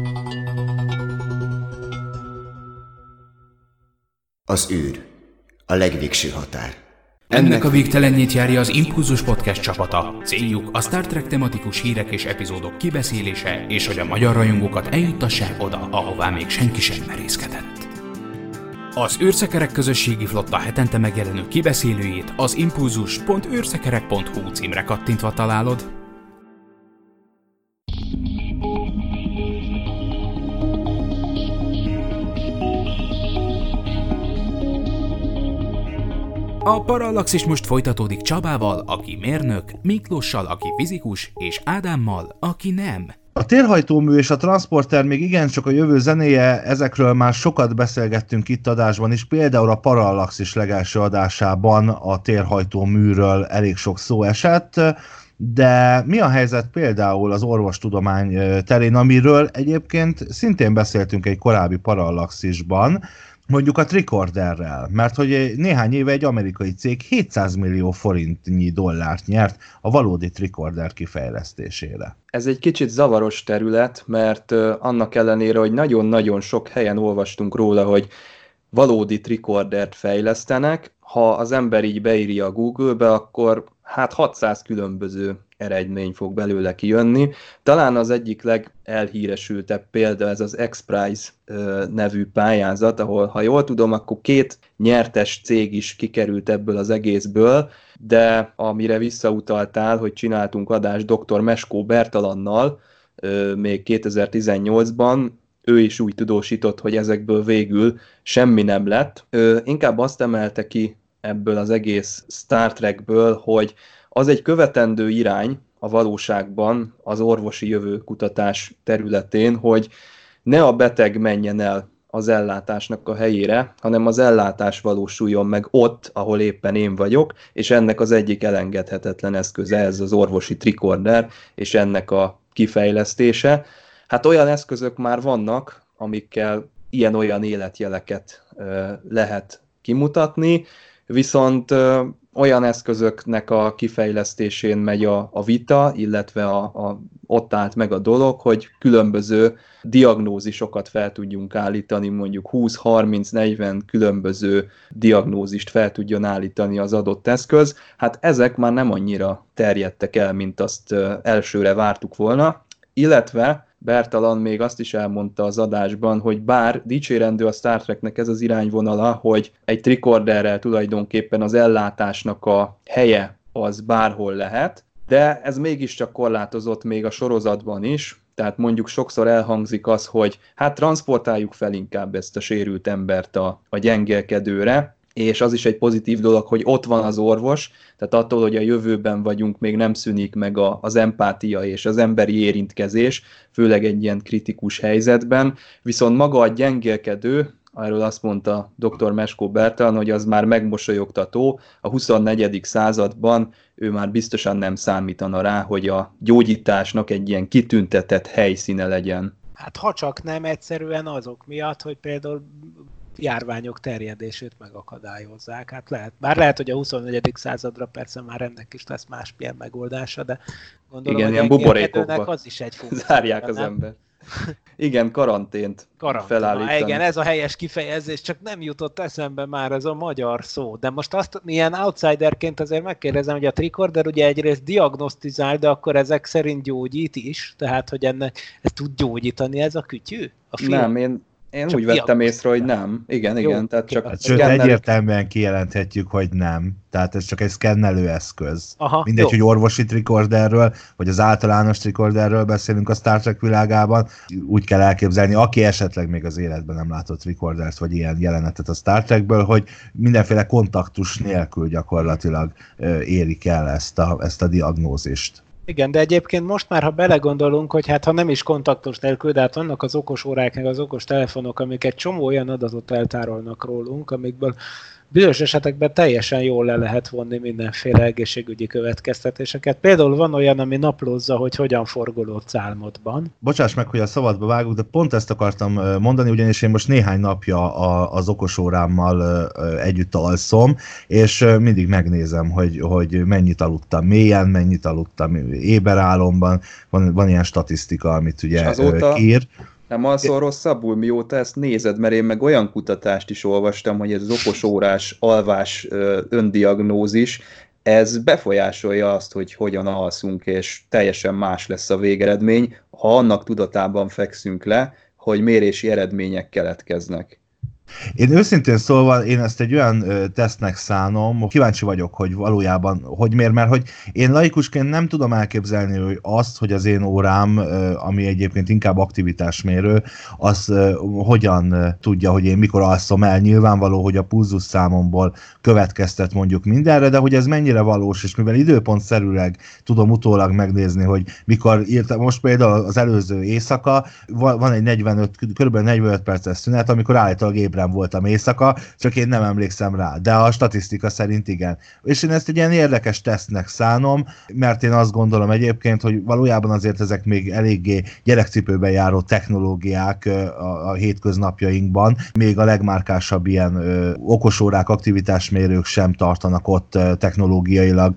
Az űr. A legvégső határ. Ennek a végtelenjét járja az Impulzus Podcast csapata. Céljuk a Star Trek tematikus hírek és epizódok kibeszélése, és hogy a magyar rajongókat eljuttassák oda, ahová még senki sem merészkedett. Az űrszekerek közösségi flotta hetente megjelenő kibeszélőjét az impulzus.űrszekerek.hu címre kattintva találod. A Parallaxis most folytatódik Csabával, aki mérnök, Miklóssal, aki fizikus, és Ádámmal, aki nem. A térhajtómű és a transporter még igencsak a jövő zenéje, ezekről már sokat beszélgettünk itt adásban is, például a Parallaxis legelső adásában a térhajtóműről elég sok szó esett, de mi a helyzet például az orvostudomány terén, amiről egyébként szintén beszéltünk egy korábbi Parallaxisban, mondjuk a tricorderrel, mert hogy néhány éve egy amerikai cég 700 millió forintnyi dollárt nyert a valódi tricorder kifejlesztésére. Ez egy kicsit zavaros terület, mert annak ellenére, hogy nagyon-nagyon sok helyen olvastunk róla, hogy valódi tricordert fejlesztenek, ha az ember így beírja a Google-be, akkor 600 különböző eredmény fog belőle kijönni. Talán az egyik legelhíresültebb példa ez az X-Prize nevű pályázat, ahol, ha jól tudom, akkor 2 nyertes cég is kikerült ebből az egészből, de amire visszautaltál, hogy csináltunk adást dr. Meskó Bertalannal még 2018-ban, ő is úgy tudósított, hogy ezekből végül semmi nem lett. Inkább azt emelte ki ebből az egész Star Trekből, hogy az egy követendő irány a valóságban az orvosi jövőkutatás területén, hogy ne a beteg menjen el az ellátásnak a helyére, hanem az ellátás valósuljon meg ott, ahol éppen én vagyok, és ennek az egyik elengedhetetlen eszköze ez az orvosi tricorder, és ennek a kifejlesztése. Hát olyan eszközök már vannak, amikkel ilyen-olyan életjeleket lehet kimutatni, viszont olyan eszközöknek a kifejlesztésén megy a vita, illetve ott állt meg a dolog, hogy különböző diagnózisokat fel tudjunk állítani, mondjuk 20-30-40 különböző diagnózist fel tudjon állítani az adott eszköz. Hát ezek már nem annyira terjedtek el, mint azt elsőre vártuk volna, illetve Bertalan még azt is elmondta az adásban, hogy bár dicsérendő a Star Treknek ez az irányvonala, hogy egy tricorderrel tulajdonképpen az ellátásnak a helye az bárhol lehet, de ez mégiscsak korlátozott még a sorozatban is, tehát mondjuk sokszor elhangzik az, hogy hát transportáljuk fel inkább ezt a sérült embert a gyengélkedőre, és az is egy pozitív dolog, hogy ott van az orvos, tehát attól, hogy a jövőben vagyunk, még nem szűnik meg az empátia és az emberi érintkezés, főleg egy ilyen kritikus helyzetben, viszont maga a gyengélkedő, erről azt mondta dr. Meskó Bertalan, hogy az már megmosolyogtató, a 24. században ő már biztosan nem számítana rá, hogy a gyógyításnak egy ilyen kitüntetett helyszíne legyen. Hát ha csak nem egyszerűen azok miatt, hogy például járványok terjedését megakadályozzák. Hát lehet, hogy a 24. századra persze már ennek is lesz másmilyen megoldása, de gondolom, igen, hogy ilyen buborékokba az is egy funkció. Zárják az ember. Igen, karantént felállítani. Igen, ez a helyes kifejezés, csak nem jutott eszembe már ez a magyar szó. De most azt milyen outsiderként azért megkérdezem, hogy a tricorder ugye egyrészt diagnosztizál, de akkor ezek szerint gyógyít is, tehát hogy ez tud gyógyítani ez a kütyű? A film? Nem, én úgy vettem észre, hogy nem. Igen, tehát csak... Sőt, egyértelműen kijelenthetjük, hogy nem. Tehát ez csak egy szkennelő eszköz. Aha, mindegy, jó. Hogy orvosi tricorderről, vagy az általános tricorderről beszélünk a Star Trek világában, úgy kell elképzelni, aki esetleg még az életben nem látott tricordert, vagy ilyen jelenetet a Star Trekből, hogy mindenféle kontaktus nélkül gyakorlatilag érik el ezt a diagnózist. Igen, de egyébként most már, ha belegondolunk, hogy hát ha nem is kontaktus nélkül, de hát vannak az okos órák, meg az okos telefonok, amik egy csomó olyan adatot eltárolnak rólunk, amikből bizonyos esetekben teljesen jól le lehet vonni mindenféle egészségügyi következtetéseket. Például van olyan, ami naplózza, hogy hogyan forgolódsz álmodban. Bocsáss meg, hogy a szabadba vágok, de pont ezt akartam mondani, ugyanis én most néhány napja az okosórámmal együtt alszom, és mindig megnézem, hogy mennyit aludtam mélyen, mennyit aludtam éberálomban. Van ilyen statisztika, amit ugye ír. Nem alszol rosszabbul, mióta ezt nézed, mert én meg olyan kutatást is olvastam, hogy ez az okosórás alvás öndiagnózis, ez befolyásolja azt, hogy hogyan alszunk, és teljesen más lesz a végeredmény, ha annak tudatában fekszünk le, hogy mérési eredmények keletkeznek. Én őszintén szólva, én ezt egy olyan tesztnek szánom, kíváncsi vagyok, hogy valójában hogy mér, mert hogy én laikusként nem tudom elképzelni hogy azt, hogy az én órám, ami egyébként inkább aktivitásmérő, az hogyan tudja, hogy én mikor alszom el. Nyilvánvaló, hogy a pulzus számomból következtet mondjuk mindenre, de hogy ez mennyire valós, és mivel időpontszerűleg tudom utólag megnézni, hogy mikor írtam, most például az előző éjszaka, van egy kb. 45 perces szünet, amikor állítólag ébren voltam éjszaka, csak én nem emlékszem rá, de a statisztika szerint igen. És én ezt egy ilyen érdekes tesztnek szánom, mert én azt gondolom egyébként, hogy valójában azért ezek még eléggé gyerekcipőben járó technológiák a hétköznapjainkban, még a legmárkásabb ilyen okosórák, aktivitásmérők sem tartanak ott technológiailag,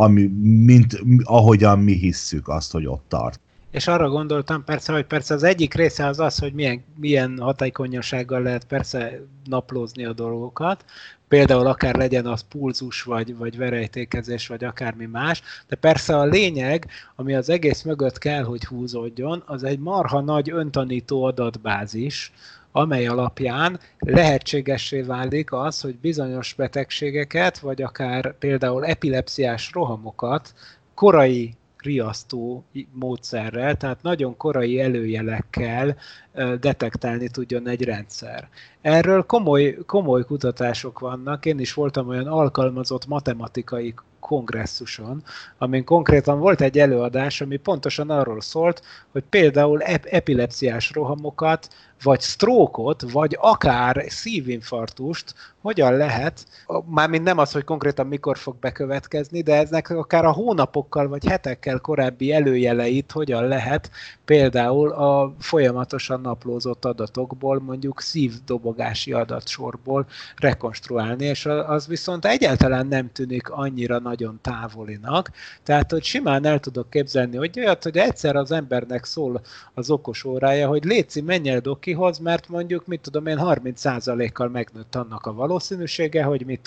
ahogyan mi hisszük azt, hogy ott tart. És arra gondoltam persze, hogy persze az egyik része az, hogy milyen hatékonyossággal lehet persze naplózni a dolgokat, például akár legyen az pulzus, vagy verejtékezés, vagy akármi más, de persze a lényeg, ami az egész mögött kell, hogy húzódjon, az egy marha nagy öntanító adatbázis, amely alapján lehetségessé válik az, hogy bizonyos betegségeket, vagy akár például epilepsziás rohamokat korai riasztó módszerrel, tehát nagyon korai előjelekkel detektálni tudjon egy rendszer. Erről komoly kutatások vannak, én is voltam olyan alkalmazott matematikai kongresszuson, amin konkrétan volt egy előadás, ami pontosan arról szólt, hogy például epilepsziás rohamokat, vagy sztrókot, vagy akár szívinfarktust hogyan lehet, mármint nem az, hogy konkrétan mikor fog bekövetkezni, de eznek akár a hónapokkal vagy hetekkel korábbi előjeleit hogyan lehet például a folyamatosan naplózott adatokból, mondjuk szívdobogási adatsorból rekonstruálni, és az viszont egyáltalán nem tűnik annyira nagyon távolinak, tehát hogy simán el tudok képzelni, hogy olyat, hogy egyszer az embernek szól az okos órája, hogy léci, menj el dokihoz, mert mondjuk, 30%-kal megnőtt annak a valószínűsége, hogy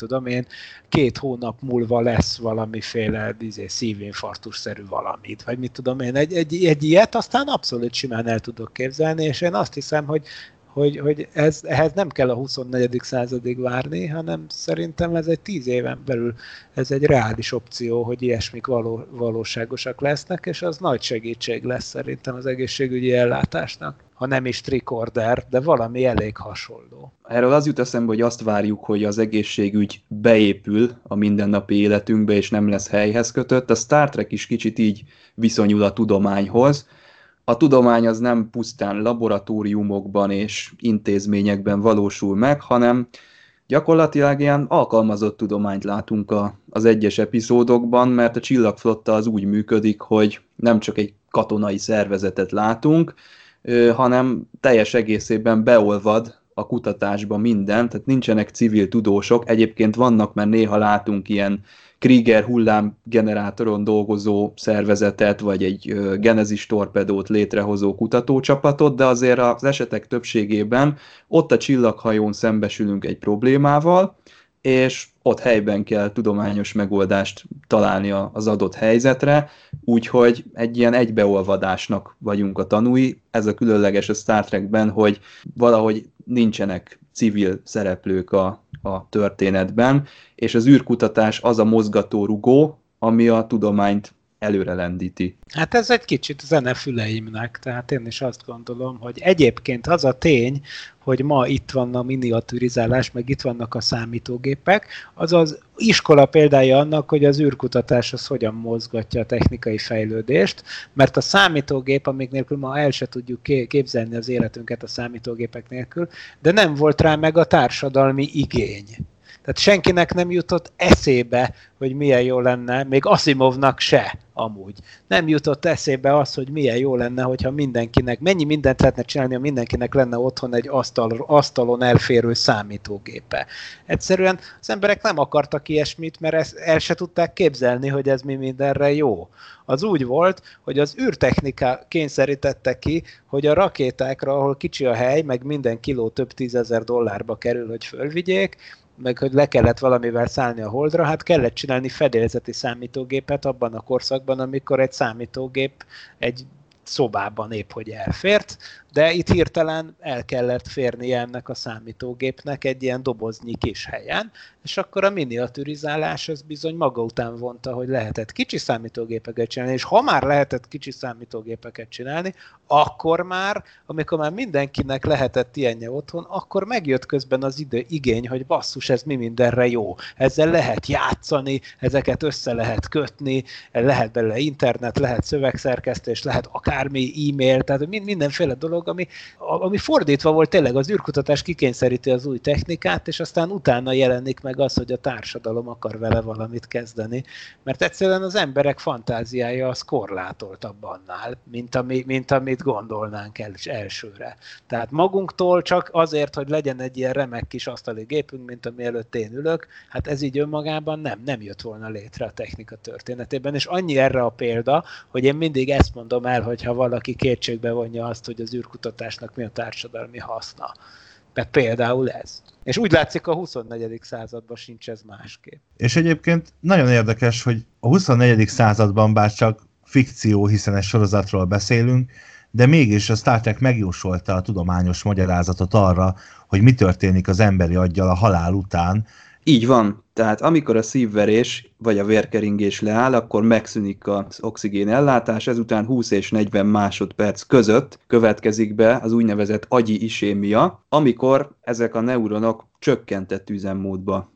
2 hónap múlva lesz valamiféle szívinfarktus-szerű valamit, vagy egy ilyet aztán abszolút simán el tudok képzelni, és én azt hiszem, hogy ehhez nem kell a 24. századig várni, hanem szerintem ez egy 10 éven belül ez egy reális opció, hogy ilyesmik valóságosak lesznek, és az nagy segítség lesz szerintem az egészségügyi ellátásnak. Ha nem is tricorder, de valami elég hasonló. Erről az jut eszembe, hogy azt várjuk, hogy az egészségügy beépül a mindennapi életünkbe, és nem lesz helyhez kötött. A Star Trek is kicsit így viszonyul a tudományhoz. A tudomány az nem pusztán laboratóriumokban és intézményekben valósul meg, hanem gyakorlatilag ilyen alkalmazott tudományt látunk az egyes epizódokban, mert a Csillagflotta az úgy működik, hogy nem csak egy katonai szervezetet látunk, hanem teljes egészében beolvad a kutatásba minden, tehát nincsenek civil tudósok, egyébként vannak, mert néha látunk ilyen Krieger hullámgenerátoron dolgozó szervezetet, vagy egy Genesis torpedót létrehozó kutatócsapatot, de azért az esetek többségében ott a csillaghajón szembesülünk egy problémával, és ott helyben kell tudományos megoldást találni az adott helyzetre, úgyhogy egy ilyen egybeolvadásnak vagyunk a tanúi. Ez a különleges a Star Trekben, hogy valahogy nincsenek civil szereplők a történetben, és az űrkutatás az a mozgatórugó, ami a tudományt előre lendíti. Hát ez egy kicsit zene füleimnek, tehát én is azt gondolom, hogy egyébként az a tény, hogy ma itt van a miniaturizálás, meg itt vannak a számítógépek, az az iskola példája annak, hogy az űrkutatás az hogyan mozgatja a technikai fejlődést, mert a számítógép, amíg nélkül ma el se tudjuk képzelni az életünket a számítógépek nélkül, de nem volt rá meg a társadalmi igény. Tehát senkinek nem jutott eszébe, hogy milyen jó lenne, még Asimovnak se amúgy. Nem jutott eszébe az, hogy milyen jó lenne, hogyha mindenkinek, mennyi mindent lehetne csinálni, ha mindenkinek lenne otthon egy asztalon elférő számítógépe. Egyszerűen az emberek nem akartak ilyesmit, mert ezt el se tudták képzelni, hogy ez mi mindenre jó. Az úgy volt, hogy az űrtechnika kényszerítette ki, hogy a rakétákra, ahol kicsi a hely, meg minden kiló több $10,000 kerül, hogy fölvigyék, meg hogy le kellett valamivel szállni a Holdra, hát kellett csinálni fedélzeti számítógépet abban a korszakban, amikor egy számítógép egy szobában épp hogy elfért, de itt hirtelen el kellett férnie ennek a számítógépnek egy ilyen doboznyi kis helyen, és akkor a miniaturizálás az bizony maga után vonta, hogy lehetett kicsi számítógépeket csinálni, és ha már lehetett kicsi számítógépeket csinálni, akkor már, amikor már mindenkinek lehetett ilyenje otthon, akkor megjött közben az igény, hogy basszus, ez mi mindenre jó. Ezzel lehet játszani, ezeket össze lehet kötni, lehet belőle internet, lehet szövegszerkesztés, lehet akármi e-mail, tehát mindenféle dolog, ami fordítva volt tényleg, az űrkutatás kikényszeríti az új technikát, és aztán utána jelenik meg az, hogy a társadalom akar vele valamit kezdeni, mert egyszerűen az emberek fantáziája az korlátoltabb annál, mint amit gondolnánk elsőre. Tehát magunktól csak azért, hogy legyen egy ilyen remek kis asztali gépünk, mint ami előtt én ülök, hát ez így önmagában nem jött volna létre a technika történetében, és annyi erre a példa, hogy én mindig ezt mondom el, hogyha valaki kétségbe vonja azt, hogy az űrkutatásnak mi a társadalmi haszna. Tehát például ez. És úgy látszik, a 24. században sincs ez másképp. És egyébként nagyon érdekes, hogy a 24. században bár csak fikció, hiszen egy sorozatról beszélünk, de mégis a Star Trek megjósolta a tudományos magyarázatot arra, hogy mi történik az emberi aggyal a halál után. Így van. Tehát amikor a szívverés vagy a vérkeringés leáll, akkor megszűnik az oxigén ellátás, ezután 20 és 40 másodperc között következik be az úgynevezett agyi isémia, amikor ezek a neuronok csökkentett üzemmódba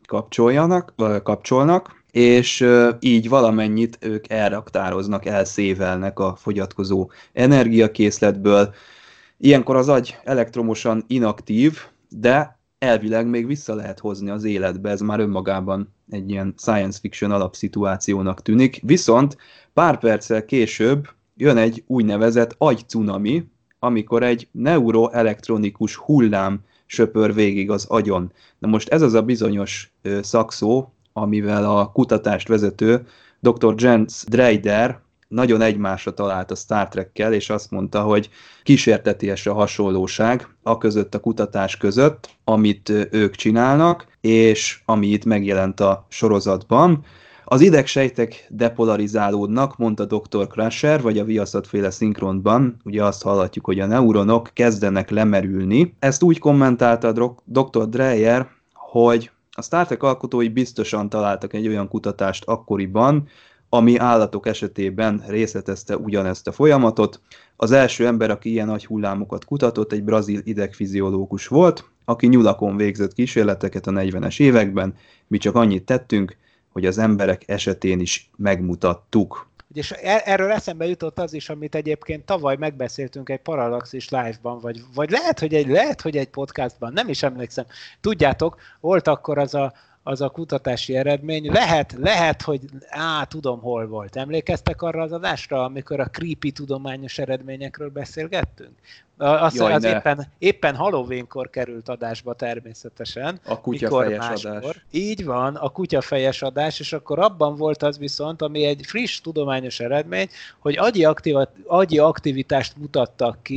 kapcsolnak, és így valamennyit ők elraktároznak, elszévelnek a fogyatkozó energiakészletből. Ilyenkor az agy elektromosan inaktív, de elvileg még vissza lehet hozni az életbe, ez már önmagában egy ilyen science fiction alapszituációnak tűnik, viszont pár perccel később jön egy úgynevezett agycunami, amikor egy neuroelektronikus hullám söpör végig az agyon. Na most ez az a bizonyos szakszó, amivel a kutatást vezető dr. Jens Dreider nagyon egymásra talált a Star Trekkel, és azt mondta, hogy kísérteties a hasonlóság a kutatás között, amit ők csinálnak, és ami itt megjelent a sorozatban. Az idegsejtek depolarizálódnak, mondta dr. Crusher, vagy a Viaszat-féle szinkronban, ugye azt hallhatjuk, hogy a neuronok kezdenek lemerülni. Ezt úgy kommentálta a dr. Dreyer, hogy a Star Trek alkotói biztosan találtak egy olyan kutatást akkoriban, ami állatok esetében részletezte ugyanezt a folyamatot. Az első ember, aki ilyen nagy hullámokat kutatott, egy brazil idegfiziológus volt, aki nyulakon végzett kísérleteket a 40-es években. Mi csak annyit tettünk, hogy az emberek esetén is megmutattuk. És erről eszembe jutott az is, amit egyébként tavaly megbeszéltünk egy Parallaxis live-ban, vagy lehet, hogy egy podcastban, nem is emlékszem. Tudjátok, volt akkor az a kutatási eredmény. Lehet, hogy tudom, hol volt. Emlékeztek arra az adásra, amikor a creepy tudományos eredményekről beszélgettünk? Az éppen Halloweenkor került adásba természetesen. A kutyafejes adás. Így van, a kutyafejes adás, és akkor abban volt az viszont, ami egy friss tudományos eredmény, hogy agyi aktivitást mutattak ki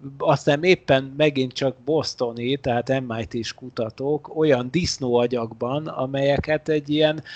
aztán éppen megint csak bostoni, tehát MIT-s kutatók olyan disznóagyakban, amelyeket egy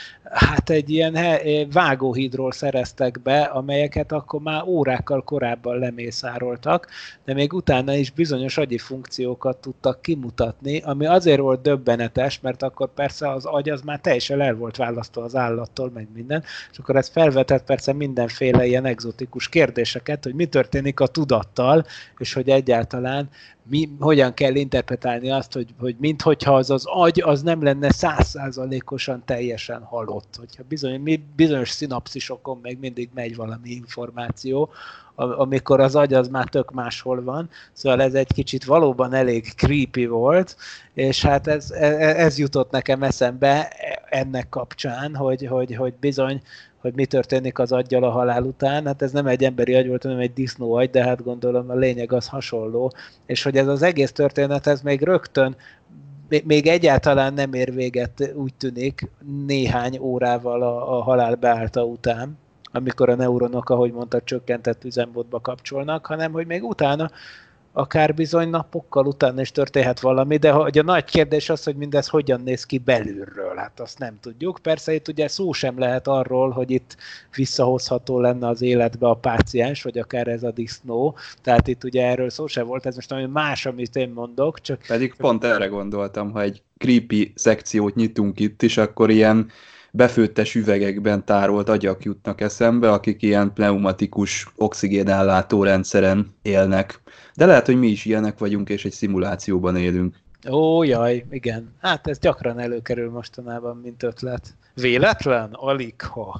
ilyen vágóhídról szereztek be, amelyeket akkor már órákkal korábban lemészároltak, de még utána is bizonyos agyi funkciókat tudtak kimutatni, ami azért volt döbbenetes, mert akkor persze az agy az már teljesen el volt választva az állattól, meg minden, és akkor ez felvetett persze mindenféle ilyen egzotikus kérdéseket, hogy mi történik a tudattal, és hogy egyáltalán hogyan kell interpretálni azt, hogy minthogyha az agy az nem lenne 100%-osan teljesen halott, hogyha bizonyos szinapszisokon még mindig megy valami információ, amikor az agy az már tök máshol van, szóval ez egy kicsit valóban elég creepy volt, és hát ez jutott nekem eszembe ennek kapcsán, hogy bizony, hogy mi történik az aggyal a halál után, hát ez nem egy emberi agy volt, hanem egy disznóagy, de hát gondolom a lényeg az hasonló, és hogy ez az egész történet, ez még rögtön, még egyáltalán nem ér véget, úgy tűnik, néhány órával a halál beállta után, amikor a neuronok, ahogy mondta, csökkentett üzemmódba kapcsolnak, hanem hogy még utána, akár bizony napokkal utána is történhet valami, de a nagy kérdés az, hogy mindez hogyan néz ki belülről, hát azt nem tudjuk. Persze itt ugye szó sem lehet arról, hogy itt visszahozható lenne az életbe a páciens, vagy akár ez a disznó, tehát itt ugye erről szó sem volt, ez most ami más, amit én mondok. Pedig pont erre gondoltam, ha egy creepy szekciót nyitunk itt is, akkor ilyen befőttes üvegekben tárolt agyak jutnak eszembe, akik ilyen pneumatikus oxigénellátó rendszeren élnek. De lehet, hogy mi is ilyenek vagyunk, és egy szimulációban élünk. Ó, jaj, igen. Hát ez gyakran előkerül mostanában, mint ötlet. Véletlen? Aligha.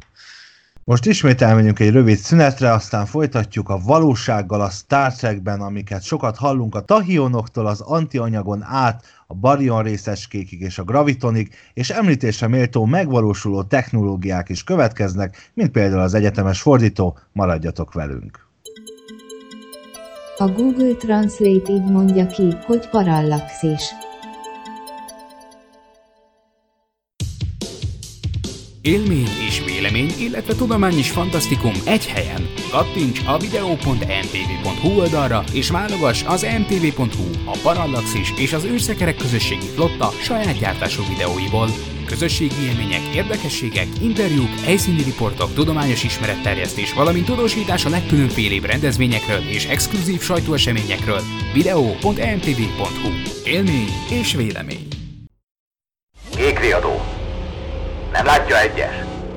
Most ismét elmegyünk egy rövid szünetre, aztán folytatjuk a valósággal a Star Trekben, amiket sokat hallunk a tahionoktól az antianyagon át, a barion részecskékig és a gravitonig, és említésre méltó megvalósuló technológiák is következnek, mint például az egyetemes fordító, maradjatok velünk. A Google Translate így mondja ki, hogy parallaxis. Élmény és vélemény, illetve tudományos fantasztikum egy helyen. Kattints a video.mtv.hu oldalra és válogass az mtv.hu, a Parallaxis és az űrszekerek közösségi flotta saját gyártású videóiból. Közösségi élmények, érdekességek, interjúk, helyszíni riportok, tudományos ismeretterjesztés, valamint tudósítás a legkülönfélébb rendezvényekről és exkluzív sajtóeseményekről. video.mtv.hu. Élmény és vélemény. Jégriadó. Nem látja egyes?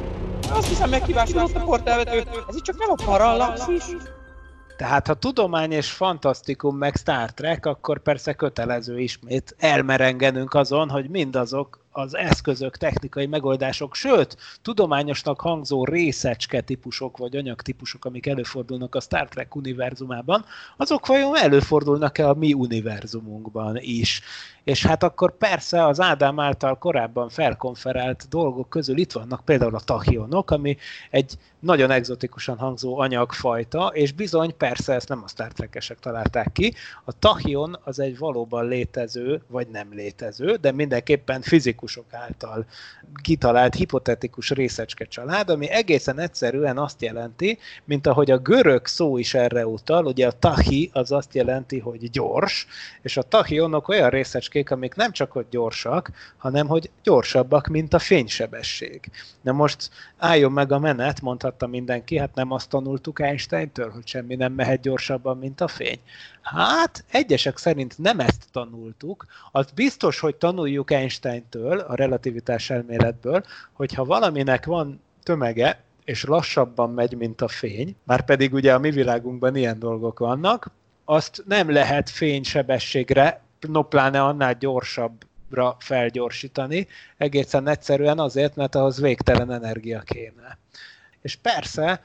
Azt hiszem megkívánsolott a portálvető, ez itt csak nem a parallaxis. Tehát ha tudomány és fantasztikum meg Star Trek, akkor persze kötelező ismét elmerengenünk azon, hogy mindazok az eszközök, technikai megoldások, sőt, tudományosnak hangzó részecske típusok vagy anyagtípusok, amik előfordulnak a Star Trek univerzumában, azok vajon előfordulnak-e a mi univerzumunkban is? És hát akkor persze az Ádám által korábban felkonferált dolgok közül itt vannak például a tahionok, ami egy nagyon egzotikusan hangzó anyagfajta, és bizony persze ezt nem a Star Trek-esek találták ki. A tahion az egy valóban létező, vagy nem létező, de mindenképpen fizikusok által kitalált hipotetikus részecske család, ami egészen egyszerűen azt jelenti, mint ahogy a görög szó is erre utal, ugye a tahi az azt jelenti, hogy gyors, és a tahionok olyan részecskék, amik nem csak hogy gyorsak, hanem hogy gyorsabbak, mint a fénysebesség. Na most álljon meg a menet, mondhatta mindenki, hát nem azt tanultuk Einsteintől, hogy semmi nem mehet gyorsabban, mint a fény. Hát, egyesek szerint nem ezt tanultuk, az biztos, hogy tanuljuk Einsteintől, a relativitás elméletből, hogyha valaminek van tömege, és lassabban megy, mint a fény, már pedig ugye a mi világunkban ilyen dolgok vannak, azt nem lehet fénysebességre, no pláne annál gyorsabbra felgyorsítani, egészen egyszerűen azért, mert ahhoz végtelen energia kéne. És persze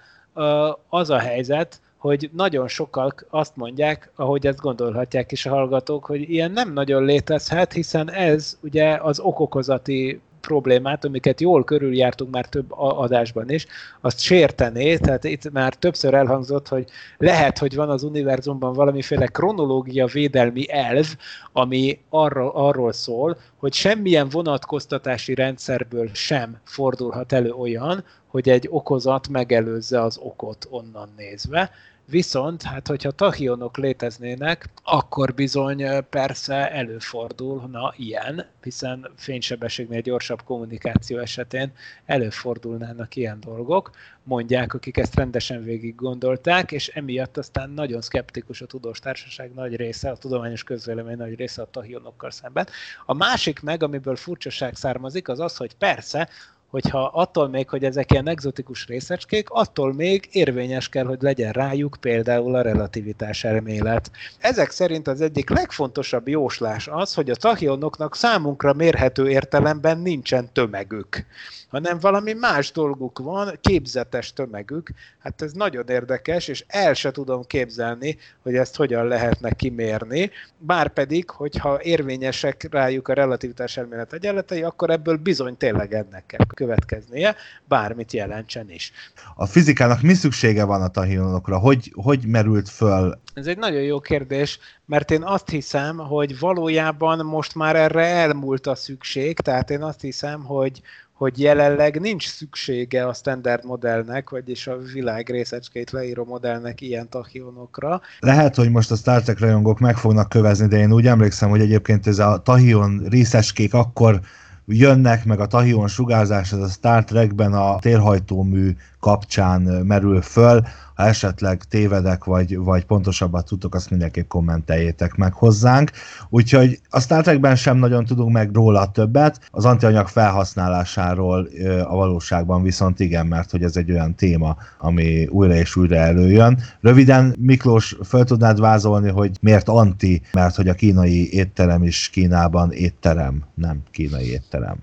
az a helyzet, hogy nagyon sokak azt mondják, ahogy ezt gondolhatják is a hallgatók, hogy ilyen nem nagyon létezhet, hiszen ez ugye az okokozati problémát, amiket jól körüljártunk már több adásban is, azt sértené, tehát itt már többször elhangzott, hogy lehet, hogy van az univerzumban valamiféle kronológia védelmi elv, ami arról szól, hogy semmilyen vonatkoztatási rendszerből sem fordulhat elő olyan, hogy egy okozat megelőzze az okot onnan nézve. Viszont, hát hogyha tachionok léteznének, akkor bizony persze előfordulna ilyen, hiszen fénysebességnél gyorsabb kommunikáció esetén előfordulnának ilyen dolgok, mondják, akik ezt rendesen végig gondolták, és emiatt aztán nagyon szkeptikus a tudós társaság nagy része, a tudományos közvélemény nagy része a tachionokkal szemben. A másik meg, amiből furcsaság származik, az az, hogy persze, hogyha attól még, hogy ezek ilyen egzotikus részecskék, attól még érvényes kell, hogy legyen rájuk például a relativitás elmélet. Ezek szerint az egyik legfontosabb jóslás az, hogy a tachionoknak számunkra mérhető értelemben nincsen tömegük, hanem valami más dolguk van, képzetes tömegük. Hát ez nagyon érdekes, és el se tudom képzelni, hogy ezt hogyan lehetne kimérni. Bárpedig, hogyha érvényesek rájuk a relativitás elmélet egyenletei, akkor ebből bizony tényleg ennek kell következnie, bármit jelentsen is. A fizikának mi szüksége van a tachionokra? Hogy merült föl? Ez egy nagyon jó kérdés, mert én azt hiszem, hogy valójában most már erre elmúlt a szükség, tehát én azt hiszem, hogy jelenleg nincs szüksége a standard modellnek, vagyis a világ részecskét leíró modellnek ilyen tachionokra. Lehet, hogy most a Star Trek rajongók meg fognak kövezni, de én úgy emlékszem, hogy egyébként ez a tachion részecskék akkor jönnek, meg a tachion sugárzás, ez a Star Trekben a térhajtómű kapcsán merül föl. Ha esetleg tévedek, vagy pontosabbat tudtok, azt mindenképp kommenteljétek meg hozzánk. Úgyhogy a Star Trekben sem nagyon tudunk meg róla többet, az antianyag felhasználásáról a valóságban viszont igen, mert hogy ez egy olyan téma, ami újra és újra előjön. Röviden, Miklós, fel tudnád vázolni, hogy miért anti, mert hogy a kínai étterem is Kínában étterem, nem kínai étterem.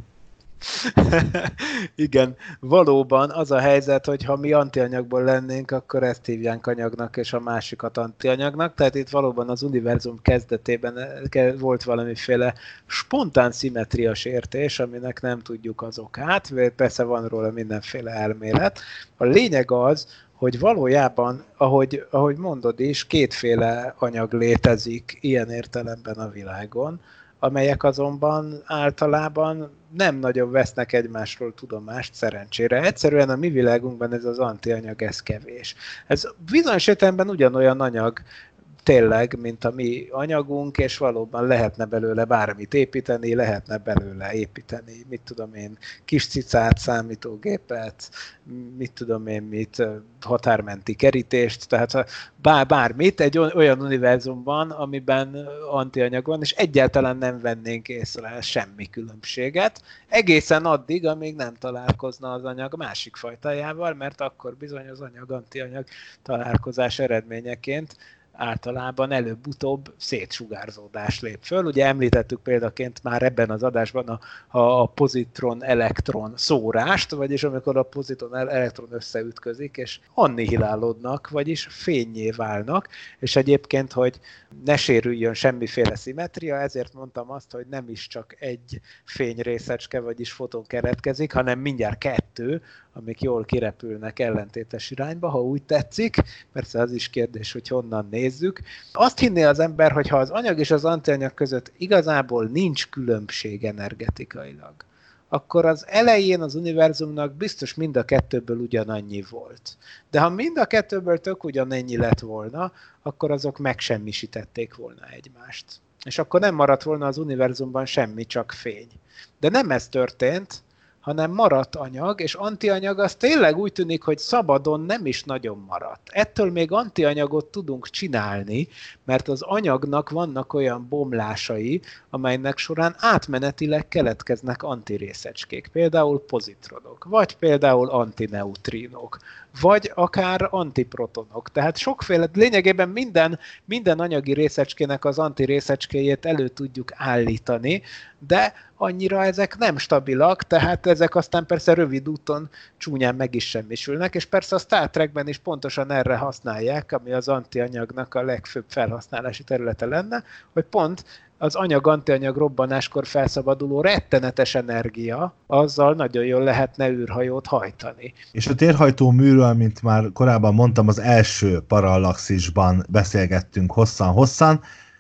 Igen, valóban az a helyzet, hogy ha mi antianyagból lennénk, akkor ezt hívják anyagnak, és a másikat antianyagnak. Tehát itt valóban az univerzum kezdetében volt valamiféle spontán szimmetrias értés, aminek nem tudjuk az okát. Persze van róla mindenféle elmélet. A lényeg az, hogy valójában, ahogy mondod is, kétféle anyag létezik ilyen értelemben a világon, amelyek azonban általában nem nagyon vesznek egymásról tudomást, szerencsére. Egyszerűen a mi világunkban ez az antianyag, ez kevés. Ez bizonyos értelemben ugyanolyan anyag, tényleg, mint a mi anyagunk, és valóban lehetne belőle bármit építeni, lehetne belőle építeni, mit tudom én, kis cicát, számítógépet, mit tudom én, mit, határmenti kerítést, tehát bármit egy olyan univerzumban, amiben antianyag van, és egyáltalán nem vennénk észre semmi különbséget, egészen addig, amíg nem találkozna az anyag másik fajtájával, mert akkor bizony az anyag-antianyag találkozás eredményeként általában előbb-utóbb szétsugárzódás lép föl. Ugye említettük példaként már ebben az adásban a pozitron-elektron szórást, vagyis amikor a pozitron-elektron összeütközik, és annihilálódnak, vagyis fénnyé válnak, és egyébként, hogy ne sérüljön semmiféle szimmetria, ezért mondtam azt, hogy nem is csak egy fényrészecske, vagyis foton keretkezik, hanem mindjárt kettő, amik jól kirepülnek ellentétes irányba, ha úgy tetszik. Persze az is kérdés, hogy honnan nézzük. Azt hinné az ember, hogy ha az anyag és az antianyag között igazából nincs különbség energetikailag, akkor az elején az univerzumnak biztos mind a kettőből ugyanannyi volt. De ha mind a kettőből tök ugyanennyi lett volna, akkor azok megsemmisítették volna egymást. És akkor nem maradt volna az univerzumban semmi, csak fény. De nem ez történt, hanem maradt anyag, és antianyag az tényleg úgy tűnik, hogy szabadon nem is nagyon maradt. Ettől még antianyagot tudunk csinálni, mert az anyagnak vannak olyan bomlásai, amelynek során átmenetileg keletkeznek antirészecskék, például pozitronok, vagy például antineutrinok, vagy akár antiprotonok. Tehát sokféle, lényegében minden anyagi részecskének az antirészecskéjét elő tudjuk állítani, de annyira ezek nem stabilak, tehát ezek aztán persze rövid úton csúnyán meg is semmisülnek, és persze a Star Trekben is pontosan erre használják, ami az antianyagnak a legfőbb felhasználási területe lenne, hogy pont az anyag-antianyag robbanáskor felszabaduló rettenetes energia, azzal nagyon jól lehetne űrhajót hajtani. És a térhajtó műről, mint már korábban mondtam, az első parallaxisban beszélgettünk hosszan-hosszan.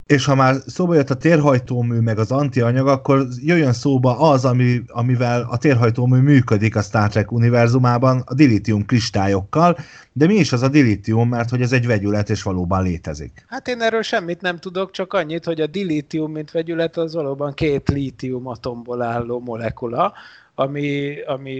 És ha már szóba jött a térhajtómű meg az antianyag, akkor jöjjön szóba az, amivel a térhajtómű működik a Star Trek univerzumában, a dilithium kristályokkal, de mi is az a dilithium, mert hogy ez egy vegyület és valóban létezik? Hát én erről semmit nem tudok, csak annyit, hogy a dilithium, mint vegyület, az valóban 2 lítium atomból álló molekula, ami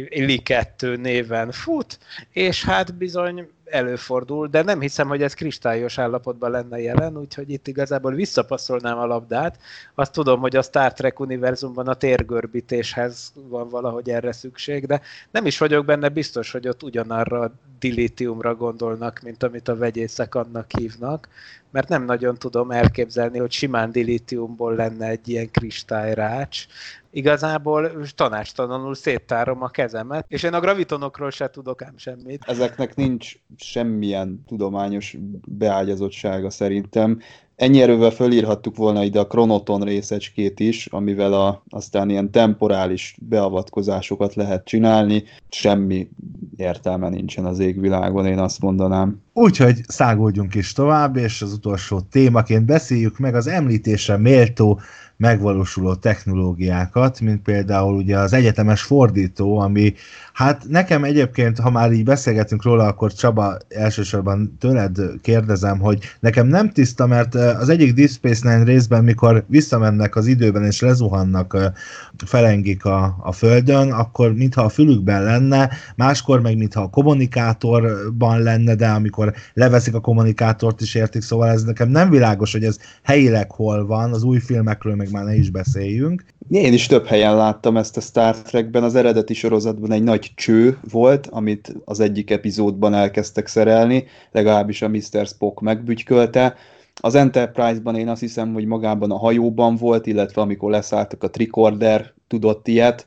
Li-2 néven fut, és hát bizony előfordul, de nem hiszem, hogy ez kristályos állapotban lenne jelen, úgyhogy itt igazából visszapasszolnám a labdát. Azt tudom, hogy a Star Trek univerzumban a térgörbítéshez van valahogy erre szükség, de nem is vagyok benne biztos, hogy ott ugyanarra a dilithiumra gondolnak, mint amit a vegyészek annak hívnak, mert nem nagyon tudom elképzelni, hogy simán dilithiumból lenne egy ilyen kristályrács. Igazából tanácstalanul széttárom a kezemet, és én a gravitonokról se tudok ám semmit. Ezeknek nincs semmilyen tudományos beágyazottsága szerintem. Ennyi erővel fölírhattuk volna ide a kronoton részecskét is, amivel aztán ilyen temporális beavatkozásokat lehet csinálni. Semmi értelme nincsen az égvilágon, én azt mondanám. Úgyhogy száguljunk is tovább, és az utolsó témaként beszéljük meg az említésre méltó megvalósuló technológiákat, mint például ugye az egyetemes fordító, ami hát nekem egyébként, ha már így beszélgetünk róla, akkor Csaba, elsősorban tőled kérdezem, hogy nekem nem tiszta, mert az egyik Deep Space Nine részben, mikor visszamennek az időben és lezuhannak, felengik a Földön, akkor mintha a fülükben lenne, máskor meg mintha a kommunikátorban lenne, de amikor leveszik a kommunikátort is értik, szóval ez nekem nem világos, hogy ez helyileg hol van, az új filmekről meg már ne is beszéljünk. Én is több helyen láttam ezt a Star Trekben, az eredeti sorozatban egy nagy cső volt, amit az egyik epizódban elkezdtek szerelni, legalábbis a Mr. Spock megbütykölte. Az Enterprise-ban én azt hiszem, hogy magában a hajóban volt, illetve amikor leszálltak a tricorder tudott ilyet,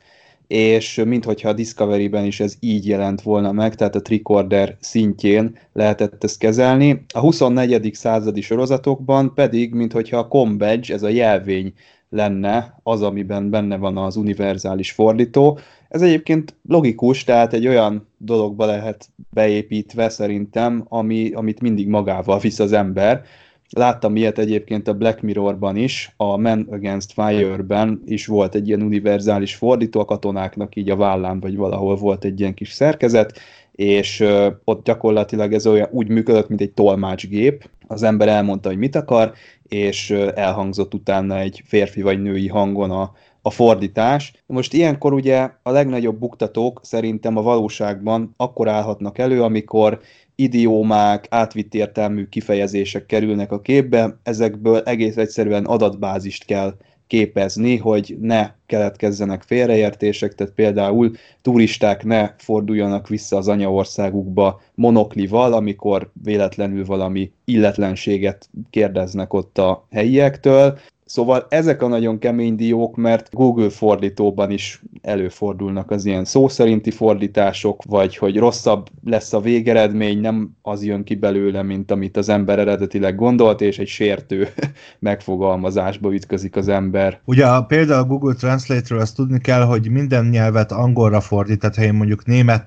és minthogyha a Discovery-ben is ez így jelent volna meg, tehát a tricorder szintjén lehetett ezt kezelni. A 24. századi sorozatokban pedig, minthogyha a Combadge, ez a jelvény lenne az, amiben benne van az univerzális fordító. Ez egyébként logikus, tehát egy olyan dologba lehet beépítve szerintem, amit mindig magával visz az ember. Láttam ilyet egyébként a Black Mirrorban is, a Man Against Fire-ben is volt egy ilyen univerzális fordító, a katonáknak így a vállán vagy valahol volt egy ilyen kis szerkezet, és ott gyakorlatilag ez úgy működött, mint egy tolmácsgép. Az ember elmondta, hogy mit akar, és elhangzott utána egy férfi vagy női hangon a fordítás. Most ilyenkor ugye a legnagyobb buktatók szerintem a valóságban akkor állhatnak elő, amikor idiómák, átvitt értelmű kifejezések kerülnek a képbe, ezekből egész egyszerűen adatbázist kell képezni, hogy ne keletkezzenek félreértések, tehát például turisták ne forduljanak vissza az anyaországukba monoklival, amikor véletlenül valami illetlenséget kérdeznek ott a helyiektől. Szóval ezek a nagyon kemény diók, mert Google fordítóban is előfordulnak az ilyen szó szerinti fordítások, vagy hogy rosszabb lesz a végeredmény, nem az jön ki belőle, mint amit az ember eredetileg gondolt, és egy sértő megfogalmazásba ütközik az ember. Ugye például a Google Translate-ről azt tudni kell, hogy minden nyelvet angolra fordít, tehát ha én mondjuk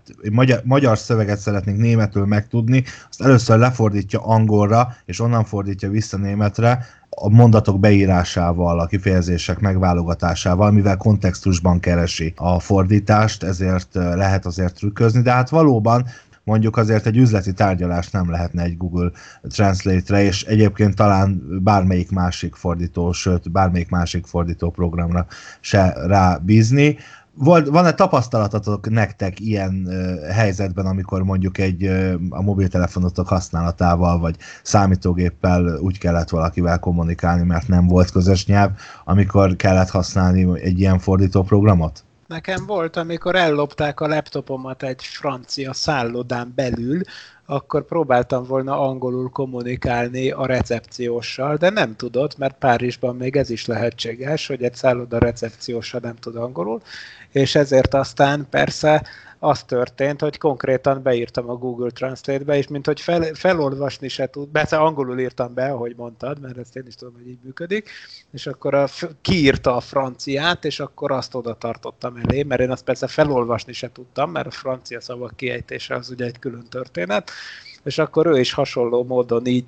magyar szöveget szeretnék németül megtudni, azt először lefordítja angolra, és onnan fordítja vissza németre, a mondatok beírásával, a kifejezések megválogatásával, mivel kontextusban keresi a fordítást, ezért lehet azért trükközni, de hát valóban mondjuk azért egy üzleti tárgyalást nem lehetne egy Google Translate-re, és egyébként talán bármelyik másik fordító, sőt bármelyik másik fordító programra se rábízni. Van-e tapasztalatotok nektek ilyen helyzetben, amikor mondjuk a mobiltelefonotok használatával, vagy számítógéppel úgy kellett valakivel kommunikálni, mert nem volt közös nyelv, amikor kellett használni egy ilyen fordítóprogramot? Nekem volt, amikor ellopták a laptopomat egy francia szállodán belül, akkor próbáltam volna angolul kommunikálni a recepcióssal, de nem tudott, mert Párizsban még ez is lehetséges, hogy egy szálloda recepciósa nem tud angolul, és ezért aztán persze az történt, hogy konkrétan beírtam a Google Translate-be, és minthogy felolvasni se tud, persze angolul írtam be, ahogy mondtad, mert ezt én is tudom, hogy így működik, és akkor kiírta a franciát, és akkor azt oda tartottam elé, mert én azt persze felolvasni se tudtam, mert a francia szavak kiejtése az ugye egy külön történet, és akkor ő is hasonló módon így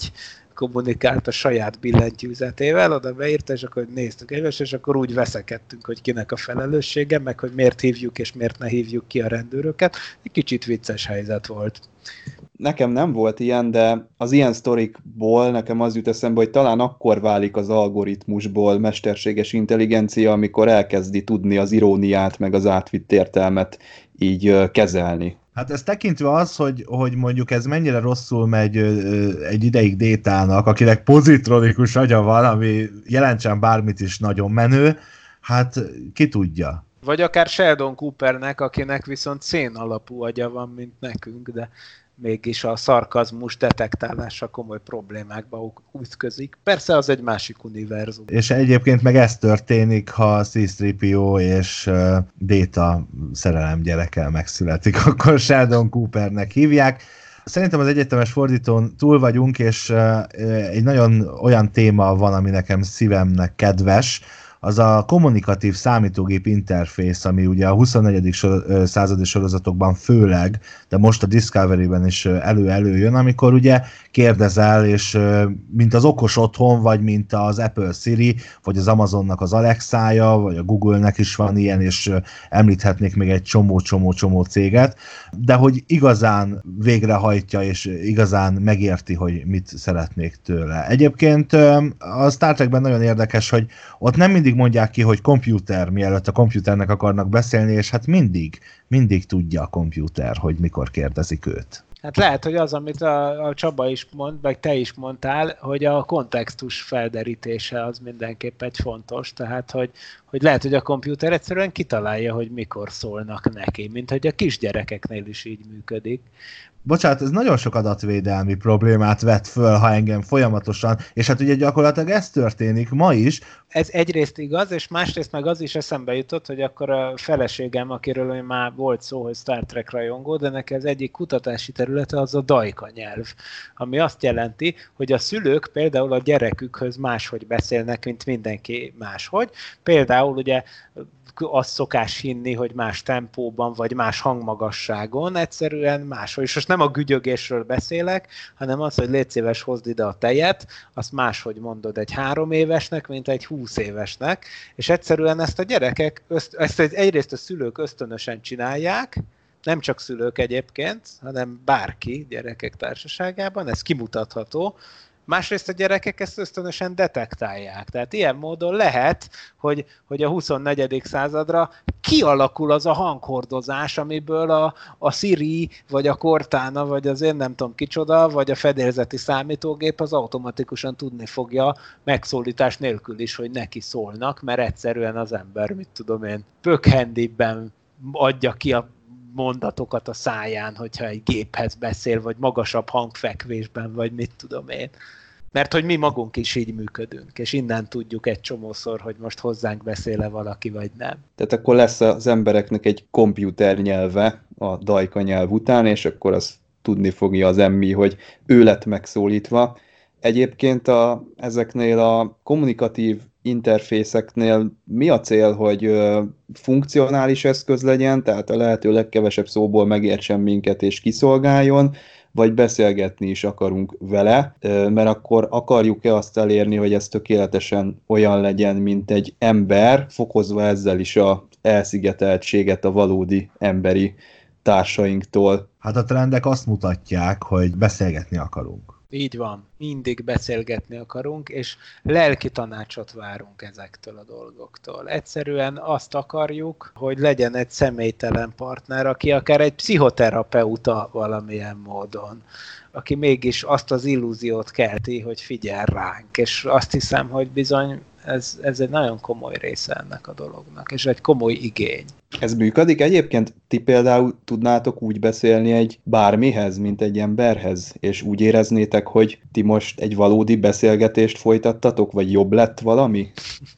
kommunikált a saját billentyűzetével, oda beírta, és akkor néztük egymást, és akkor úgy veszekedtünk, hogy kinek a felelőssége, meg hogy miért hívjuk és miért ne hívjuk ki a rendőröket. Egy kicsit vicces helyzet volt. Nekem nem volt ilyen, de az ilyen sztorikból nekem az jut eszembe, hogy talán akkor válik az algoritmusból mesterséges intelligencia, amikor elkezdi tudni az iróniát, meg az átvitt értelmet így kezelni. Hát ez tekintve az, hogy mondjuk ez mennyire rosszul megy egy ideig Détának, akinek pozitronikus agya van, ami jelentsen bármit is nagyon menő, hát ki tudja. Vagy akár Sheldon Coopernek, akinek viszont szén alapú agya van, mint nekünk, de mégis a szarkazmus detektálása komoly problémákba ütközik. Persze az egy másik univerzum. És egyébként meg ez történik, ha C-3PO és Data szerelem gyerekkel megszületik, akkor Sheldon Coopernek hívják. Szerintem az egyetemes fordítón túl vagyunk, és egy nagyon olyan téma van, ami nekem szívemnek kedves, az a kommunikatív számítógép interfész, ami ugye a 24. századi sorozatokban főleg, de most a Discovery-ben is előjön, amikor ugye kérdezel, és mint az okos otthon, vagy mint az Apple Siri, vagy az Amazonnak az Alexája, vagy a Google-nek is van ilyen, és említhetnék még egy csomó céget, de hogy igazán végrehajtja, és igazán megérti, hogy mit szeretnék tőle. Egyébként a Star Trekben nagyon érdekes, hogy ott nem mindig mondják ki, hogy komputer, mielőtt a komputernek akarnak beszélni, és hát mindig tudja a komputer, hogy mikor kérdezik őt. Hát lehet, hogy az, amit a Csaba is mond, meg te is mondtál, hogy a kontextus felderítése az mindenképp egy fontos, tehát hogy lehet, hogy a komputer egyszerűen kitalálja, hogy mikor szólnak neki, mint hogy a kisgyerekeknél is így működik. Bocsánat, ez nagyon sok adatvédelmi problémát vet föl, ha engem folyamatosan, és hát ugye gyakorlatilag ez történik ma is. Ez egyrészt igaz, és másrészt meg az is eszembe jutott, hogy akkor a feleségem, akiről már volt szó, hogy Star Trek rajongó, de neki az egyik kutatási területe az a dajka nyelv, ami azt jelenti, hogy a szülők például a gyerekükhöz máshogy beszélnek, mint mindenki máshogy. Például ugye azt szokás hinni, hogy más tempóban, vagy más hangmagasságon, egyszerűen máshogy. És most nem a gügyögésről beszélek, hanem az, hogy légy szíves, hozd ide a tejet, azt máshogy mondod egy 3 évesnek, mint egy 20 évesnek, és egyszerűen ezt a gyerekek, ezt egyrészt a szülők ösztönösen csinálják, nem csak szülők egyébként, hanem bárki gyerekek társaságában, ez kimutatható. Másrészt a gyerekek ezt ösztönösen detektálják. Tehát ilyen módon lehet, hogy a 24. századra kialakul az a hanghordozás, amiből a Siri, vagy a Cortana, vagy az én nem tudom kicsoda, vagy a fedélzeti számítógép az automatikusan tudni fogja megszólítás nélkül is, hogy neki szólnak, mert egyszerűen az ember, mit tudom én, pökhendibben adja ki a mondatokat a száján, hogyha egy géphez beszél, vagy magasabb hangfekvésben, vagy mit tudom én. Mert hogy mi magunk is így működünk, és innen tudjuk egy csomószor, hogy most hozzánk beszél-e valaki, vagy nem. Tehát akkor lesz az embereknek egy komputer nyelve a dajka nyelv után, és akkor azt tudni fogja az emmi, hogy ő lett megszólítva. Egyébként ezeknél a kommunikatív interfészeknél mi a cél, hogy funkcionális eszköz legyen, tehát a lehető legkevesebb szóból megértsen minket és kiszolgáljon, vagy beszélgetni is akarunk vele, mert akkor akarjuk-e azt elérni, hogy ez tökéletesen olyan legyen, mint egy ember, fokozva ezzel is az elszigeteltséget a valódi emberi társainktól. Hát a trendek azt mutatják, hogy beszélgetni akarunk. Így van, mindig beszélgetni akarunk, és lelki tanácsot várunk ezektől a dolgoktól. Egyszerűen azt akarjuk, hogy legyen egy személytelen partner, aki akár egy pszichoterapeuta valamilyen módon, aki mégis azt az illúziót kelti, hogy figyel ránk, és azt hiszem, hogy bizony ez egy nagyon komoly része ennek a dolognak, és egy komoly igény. Ez működik egyébként? Ti például tudnátok úgy beszélni egy bármihez, mint egy emberhez, és úgy éreznétek, hogy ti most egy valódi beszélgetést folytattatok, vagy jobb lett valami?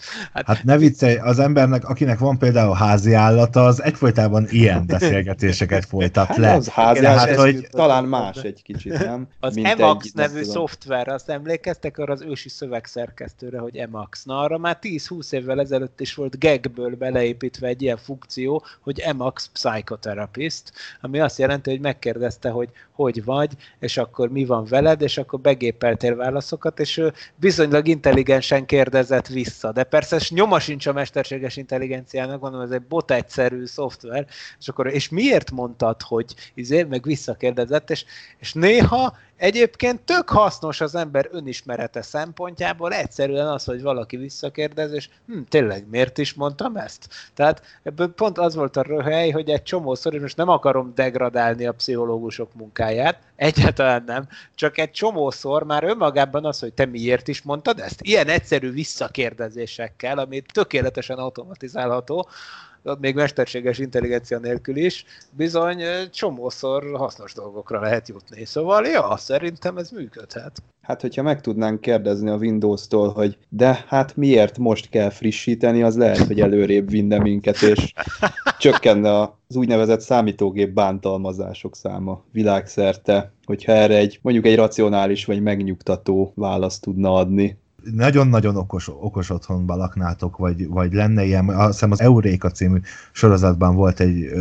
Hát ne viccelj, az embernek, akinek van például házi állata, az egyfolytában ilyen beszélgetéseket folytat le. Az házi hogy talán más egy kicsit, nem? Az Emacs nevű szoftver, azt emlékeztek arra az ősi szövegszerkesztőre, hogy Emacs. Na arra már 10-20 évvel ezelőtt is volt gagből beleépítve egy ilyen funkció, funkció, hogy Emax Psychotherapist, ami azt jelenti, hogy megkérdezte, hogy vagy, és akkor mi van veled, és akkor begépeltél válaszokat, és ő bizonylag intelligensen kérdezett vissza. De persze nyoma sincs a mesterséges intelligenciának, mondom, ez egy bot egyszerű szoftver, és miért mondtad, hogy meg visszakérdezett, és néha egyébként tök hasznos az ember önismerete szempontjából, egyszerűen az, hogy valaki visszakérdez, és tényleg miért is mondtam ezt? Tehát ebből pont az volt a röhely, hogy egy csomószor, és most nem akarom degradálni a pszichológusok munkáját, egyáltalán nem, csak egy csomószor már önmagában az, hogy te miért is mondtad ezt? Ilyen egyszerű visszakérdezésekkel, ami tökéletesen automatizálható, még mesterséges intelligencia nélkül is, bizony csomószor hasznos dolgokra lehet jutni. Szóval, ja, szerintem ez működhet. Hát, hogyha meg tudnánk kérdezni a Windows-tól, hogy de hát miért most kell frissíteni, az lehet, hogy előrébb vinne minket, és csökkenne az úgynevezett számítógép bántalmazások száma világszerte, hogyha erre mondjuk egy racionális vagy megnyugtató választ tudna adni. Nagyon-nagyon okos otthonban laknátok, vagy lenne ilyen, azt hiszem az Euréka című sorozatban volt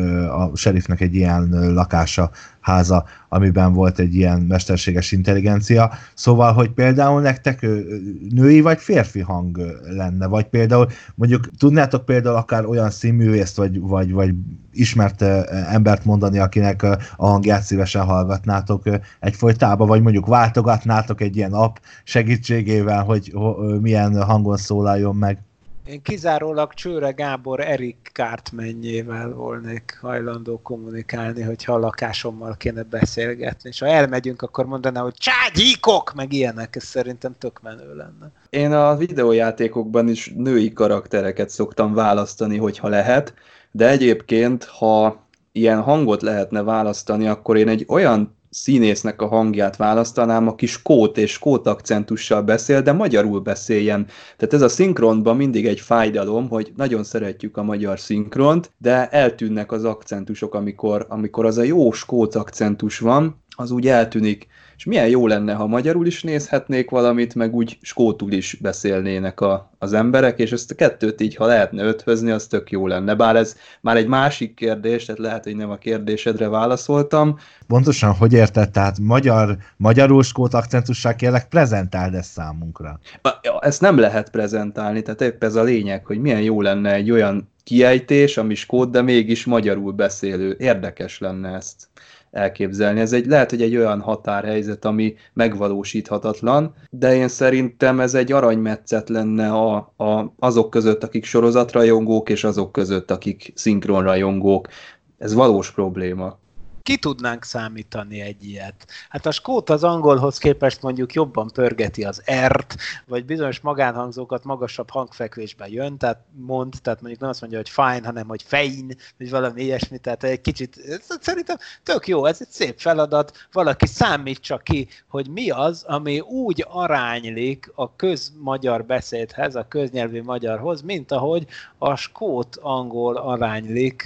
a sheriffnek egy ilyen lakása, háza, amiben volt egy ilyen mesterséges intelligencia. Szóval, hogy például nektek női vagy férfi hang lenne, vagy például mondjuk tudnátok például akár olyan színművészt, vagy ismert embert mondani, akinek a hangját szívesen hallgatnátok egyfolytában, vagy mondjuk váltogatnátok egy ilyen app segítségével, hogy milyen hangon szólaljon meg. Én kizárólag Csőre Gábor Erik Cartmanjével volnék hajlandó kommunikálni, hogyha a lakásommal kéne beszélgetni, és ha elmegyünk, akkor mondaná, hogy cságyíkok, meg ilyenek, ez szerintem tök menő lenne. Én a videójátékokban is női karaktereket szoktam választani, hogyha lehet, de egyébként, ha ilyen hangot lehetne választani, akkor én egy olyan színésznek a hangját választanám, aki skót és skót akcentussal beszél, de magyarul beszéljen. Tehát ez a szinkronban mindig egy fájdalom, hogy nagyon szeretjük a magyar szinkront, de eltűnnek az akcentusok, amikor az a jó skót akcentus van, az úgy eltűnik. És milyen jó lenne, ha magyarul is nézhetnék valamit, meg úgy skótul is beszélnének az emberek, és ezt a kettőt így, ha lehetne ötvözni, az tök jó lenne. Bár ez már egy másik kérdés, tehát lehet, hogy nem a kérdésedre válaszoltam. Pontosan, hogy érted? Tehát magyarul skót akcentussal kérlek, prezentáld ezt számunkra. Ezt nem lehet prezentálni, tehát épp ez a lényeg, hogy milyen jó lenne egy olyan kiejtés, ami skót, de mégis magyarul beszélő. Érdekes lenne ezt elképzelni. Ez lehet, hogy egy olyan határhelyzet, ami megvalósíthatatlan, de én szerintem ez egy aranymetszet lenne azok között, akik sorozatrajongók, és azok között, akik szinkronrajongók. Ez valós probléma. Ki tudnánk számítani egy ilyet? Hát a skót az angolhoz képest mondjuk jobban pörgeti az R-t, vagy bizonyos magánhangzókat magasabb hangfekvésben jön, tehát mondjuk nem azt mondja, hogy fine, hanem hogy fein, vagy valami ilyesmi, tehát egy kicsit, szerintem tök jó, ez egy szép feladat, valaki számítsa ki, hogy mi az, ami úgy aránylik a közmagyar beszédhez, a köznyelvi magyarhoz, mint ahogy a skót angol aránylik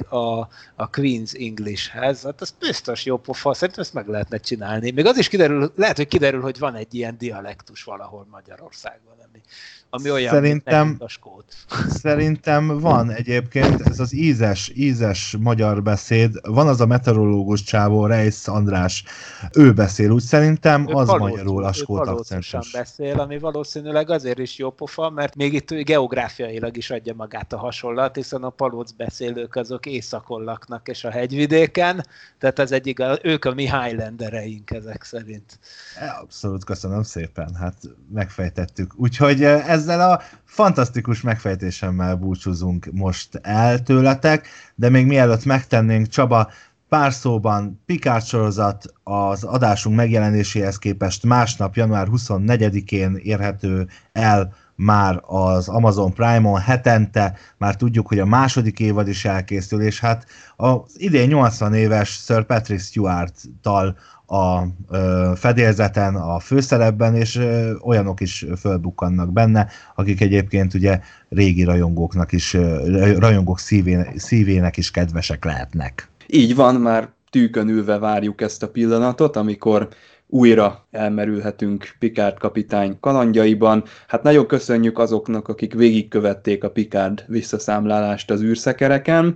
a Queen's Englishhez. Hát ez biztos jó pofa, szerintem ezt meg lehetne csinálni. Még az is lehet, hogy kiderül, hogy van egy ilyen dialektus valahol Magyarországon, ami olyan, mint a skót. Szerintem van egyébként, ez az ízes magyar beszéd, van az a meteorológus csávó, Reisz András, ő beszél, úgy szerintem az magyarul a skót akcentus. Beszél, ami valószínűleg azért is jó pofa, mert még itt geográfiailag is adja magát a hasonlat, hiszen a palóc beszélők azok északon laknak és a hegyvidéken, tehát ez ők a mi Highlandereink ezek szerint. Abszolút, köszönöm szépen, hát megfejtettük. Úgyhogy ezzel a fantasztikus megfejtésemmel búcsúzunk most el tőletek, de még mielőtt megtennénk, Csaba, pár szóban Picard sorozat az adásunk megjelenéséhez képest másnap, január 24-én érhető el már az Amazon Prime-on hetente, már tudjuk, hogy a második évad is elkészül, és hát az idén 80 éves Sir Patrick Stewart-tal a fedélzeten, a főszerepben, és olyanok is fölbukkannak benne, akik egyébként ugye régi rajongók szívének is kedvesek lehetnek. Így van, már tűkön ülve várjuk ezt a pillanatot, amikor újra elmerülhetünk Picard kapitány kalandjaiban. Hát nagyon köszönjük azoknak, akik végigkövették a Picard visszaszámlálást az űrszekereken.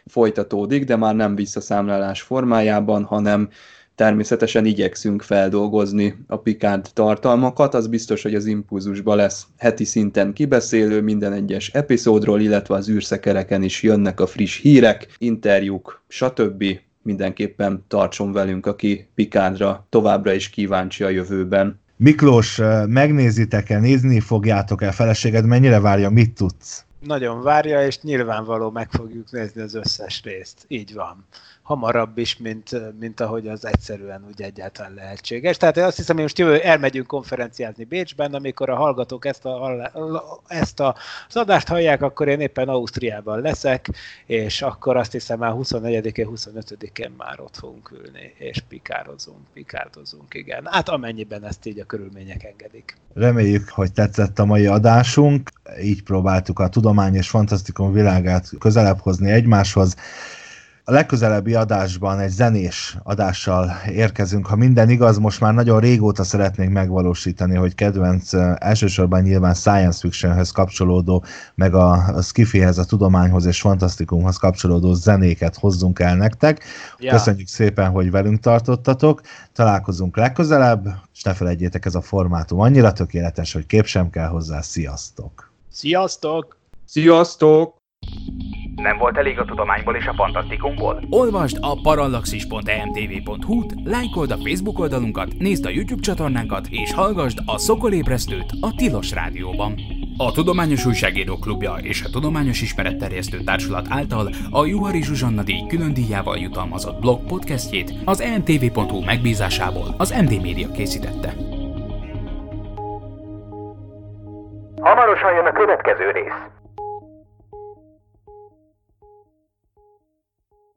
folytatódik, de már nem visszaszámlálás formájában, hanem természetesen igyekszünk feldolgozni a Picard tartalmakat. Az biztos, hogy az Impulzusban lesz heti szinten kibeszélő minden egyes epizódról, illetve az űrszekereken is jönnek a friss hírek, interjúk, stb. Mindenképpen tartson velünk, aki Picardra továbbra is kíváncsi a jövőben. Miklós, megnézitek-e, nézni fogjátok-e, feleséged mennyire várja, mit tudsz? Nagyon várja, és nyilvánvaló meg fogjuk nézni az összes részt. Így van. Hamarabb is, mint ahogy az egyszerűen úgy egyáltalán lehetséges. Tehát én azt hiszem, hogy most elmegyünk konferenciázni Bécsben, amikor a hallgatók ezt az adást hallják, akkor én éppen Ausztriában leszek, és akkor azt hiszem már 24-én, 25-én már ott fogunk ülni, és pikádozunk, igen. Hát amennyiben ezt így a körülmények engedik. Reméljük, hogy tetszett a mai adásunk, így próbáltuk a tudomány és fantasztikum világát közelebb hozni egymáshoz. A legközelebbi adásban egy zenés adással érkezünk. Ha minden igaz, most már nagyon régóta szeretnénk megvalósítani, hogy kedvenc, elsősorban nyilván science fictionhez kapcsolódó, meg a sci-fihez, a tudományhoz és fantasztikumhoz kapcsolódó zenéket hozzunk el nektek. Ja. Köszönjük szépen, hogy velünk tartottatok. Találkozunk legközelebb, és ne felejtjétek, ez a formátum annyira tökéletes, hogy kép sem kell hozzá. Sziasztok! Sziasztok! Sziasztok! Nem volt elég a tudományból és a fantasztikumból? Olvasd a parallaxis.emtv.hu-t, lájkold a Facebook oldalunkat, nézd a YouTube csatornánkat, és hallgasd a Szokolébresztőt a Tilos Rádióban. A Tudományos Újságírók Klubja és a Tudományos Ismeretterjesztő Társulat által a Juhari Zsuzsanna díj külön díjával jutalmazott blog podcastjét az emtv.hu megbízásából az MD Media készítette. Hamarosan jön a következő rész.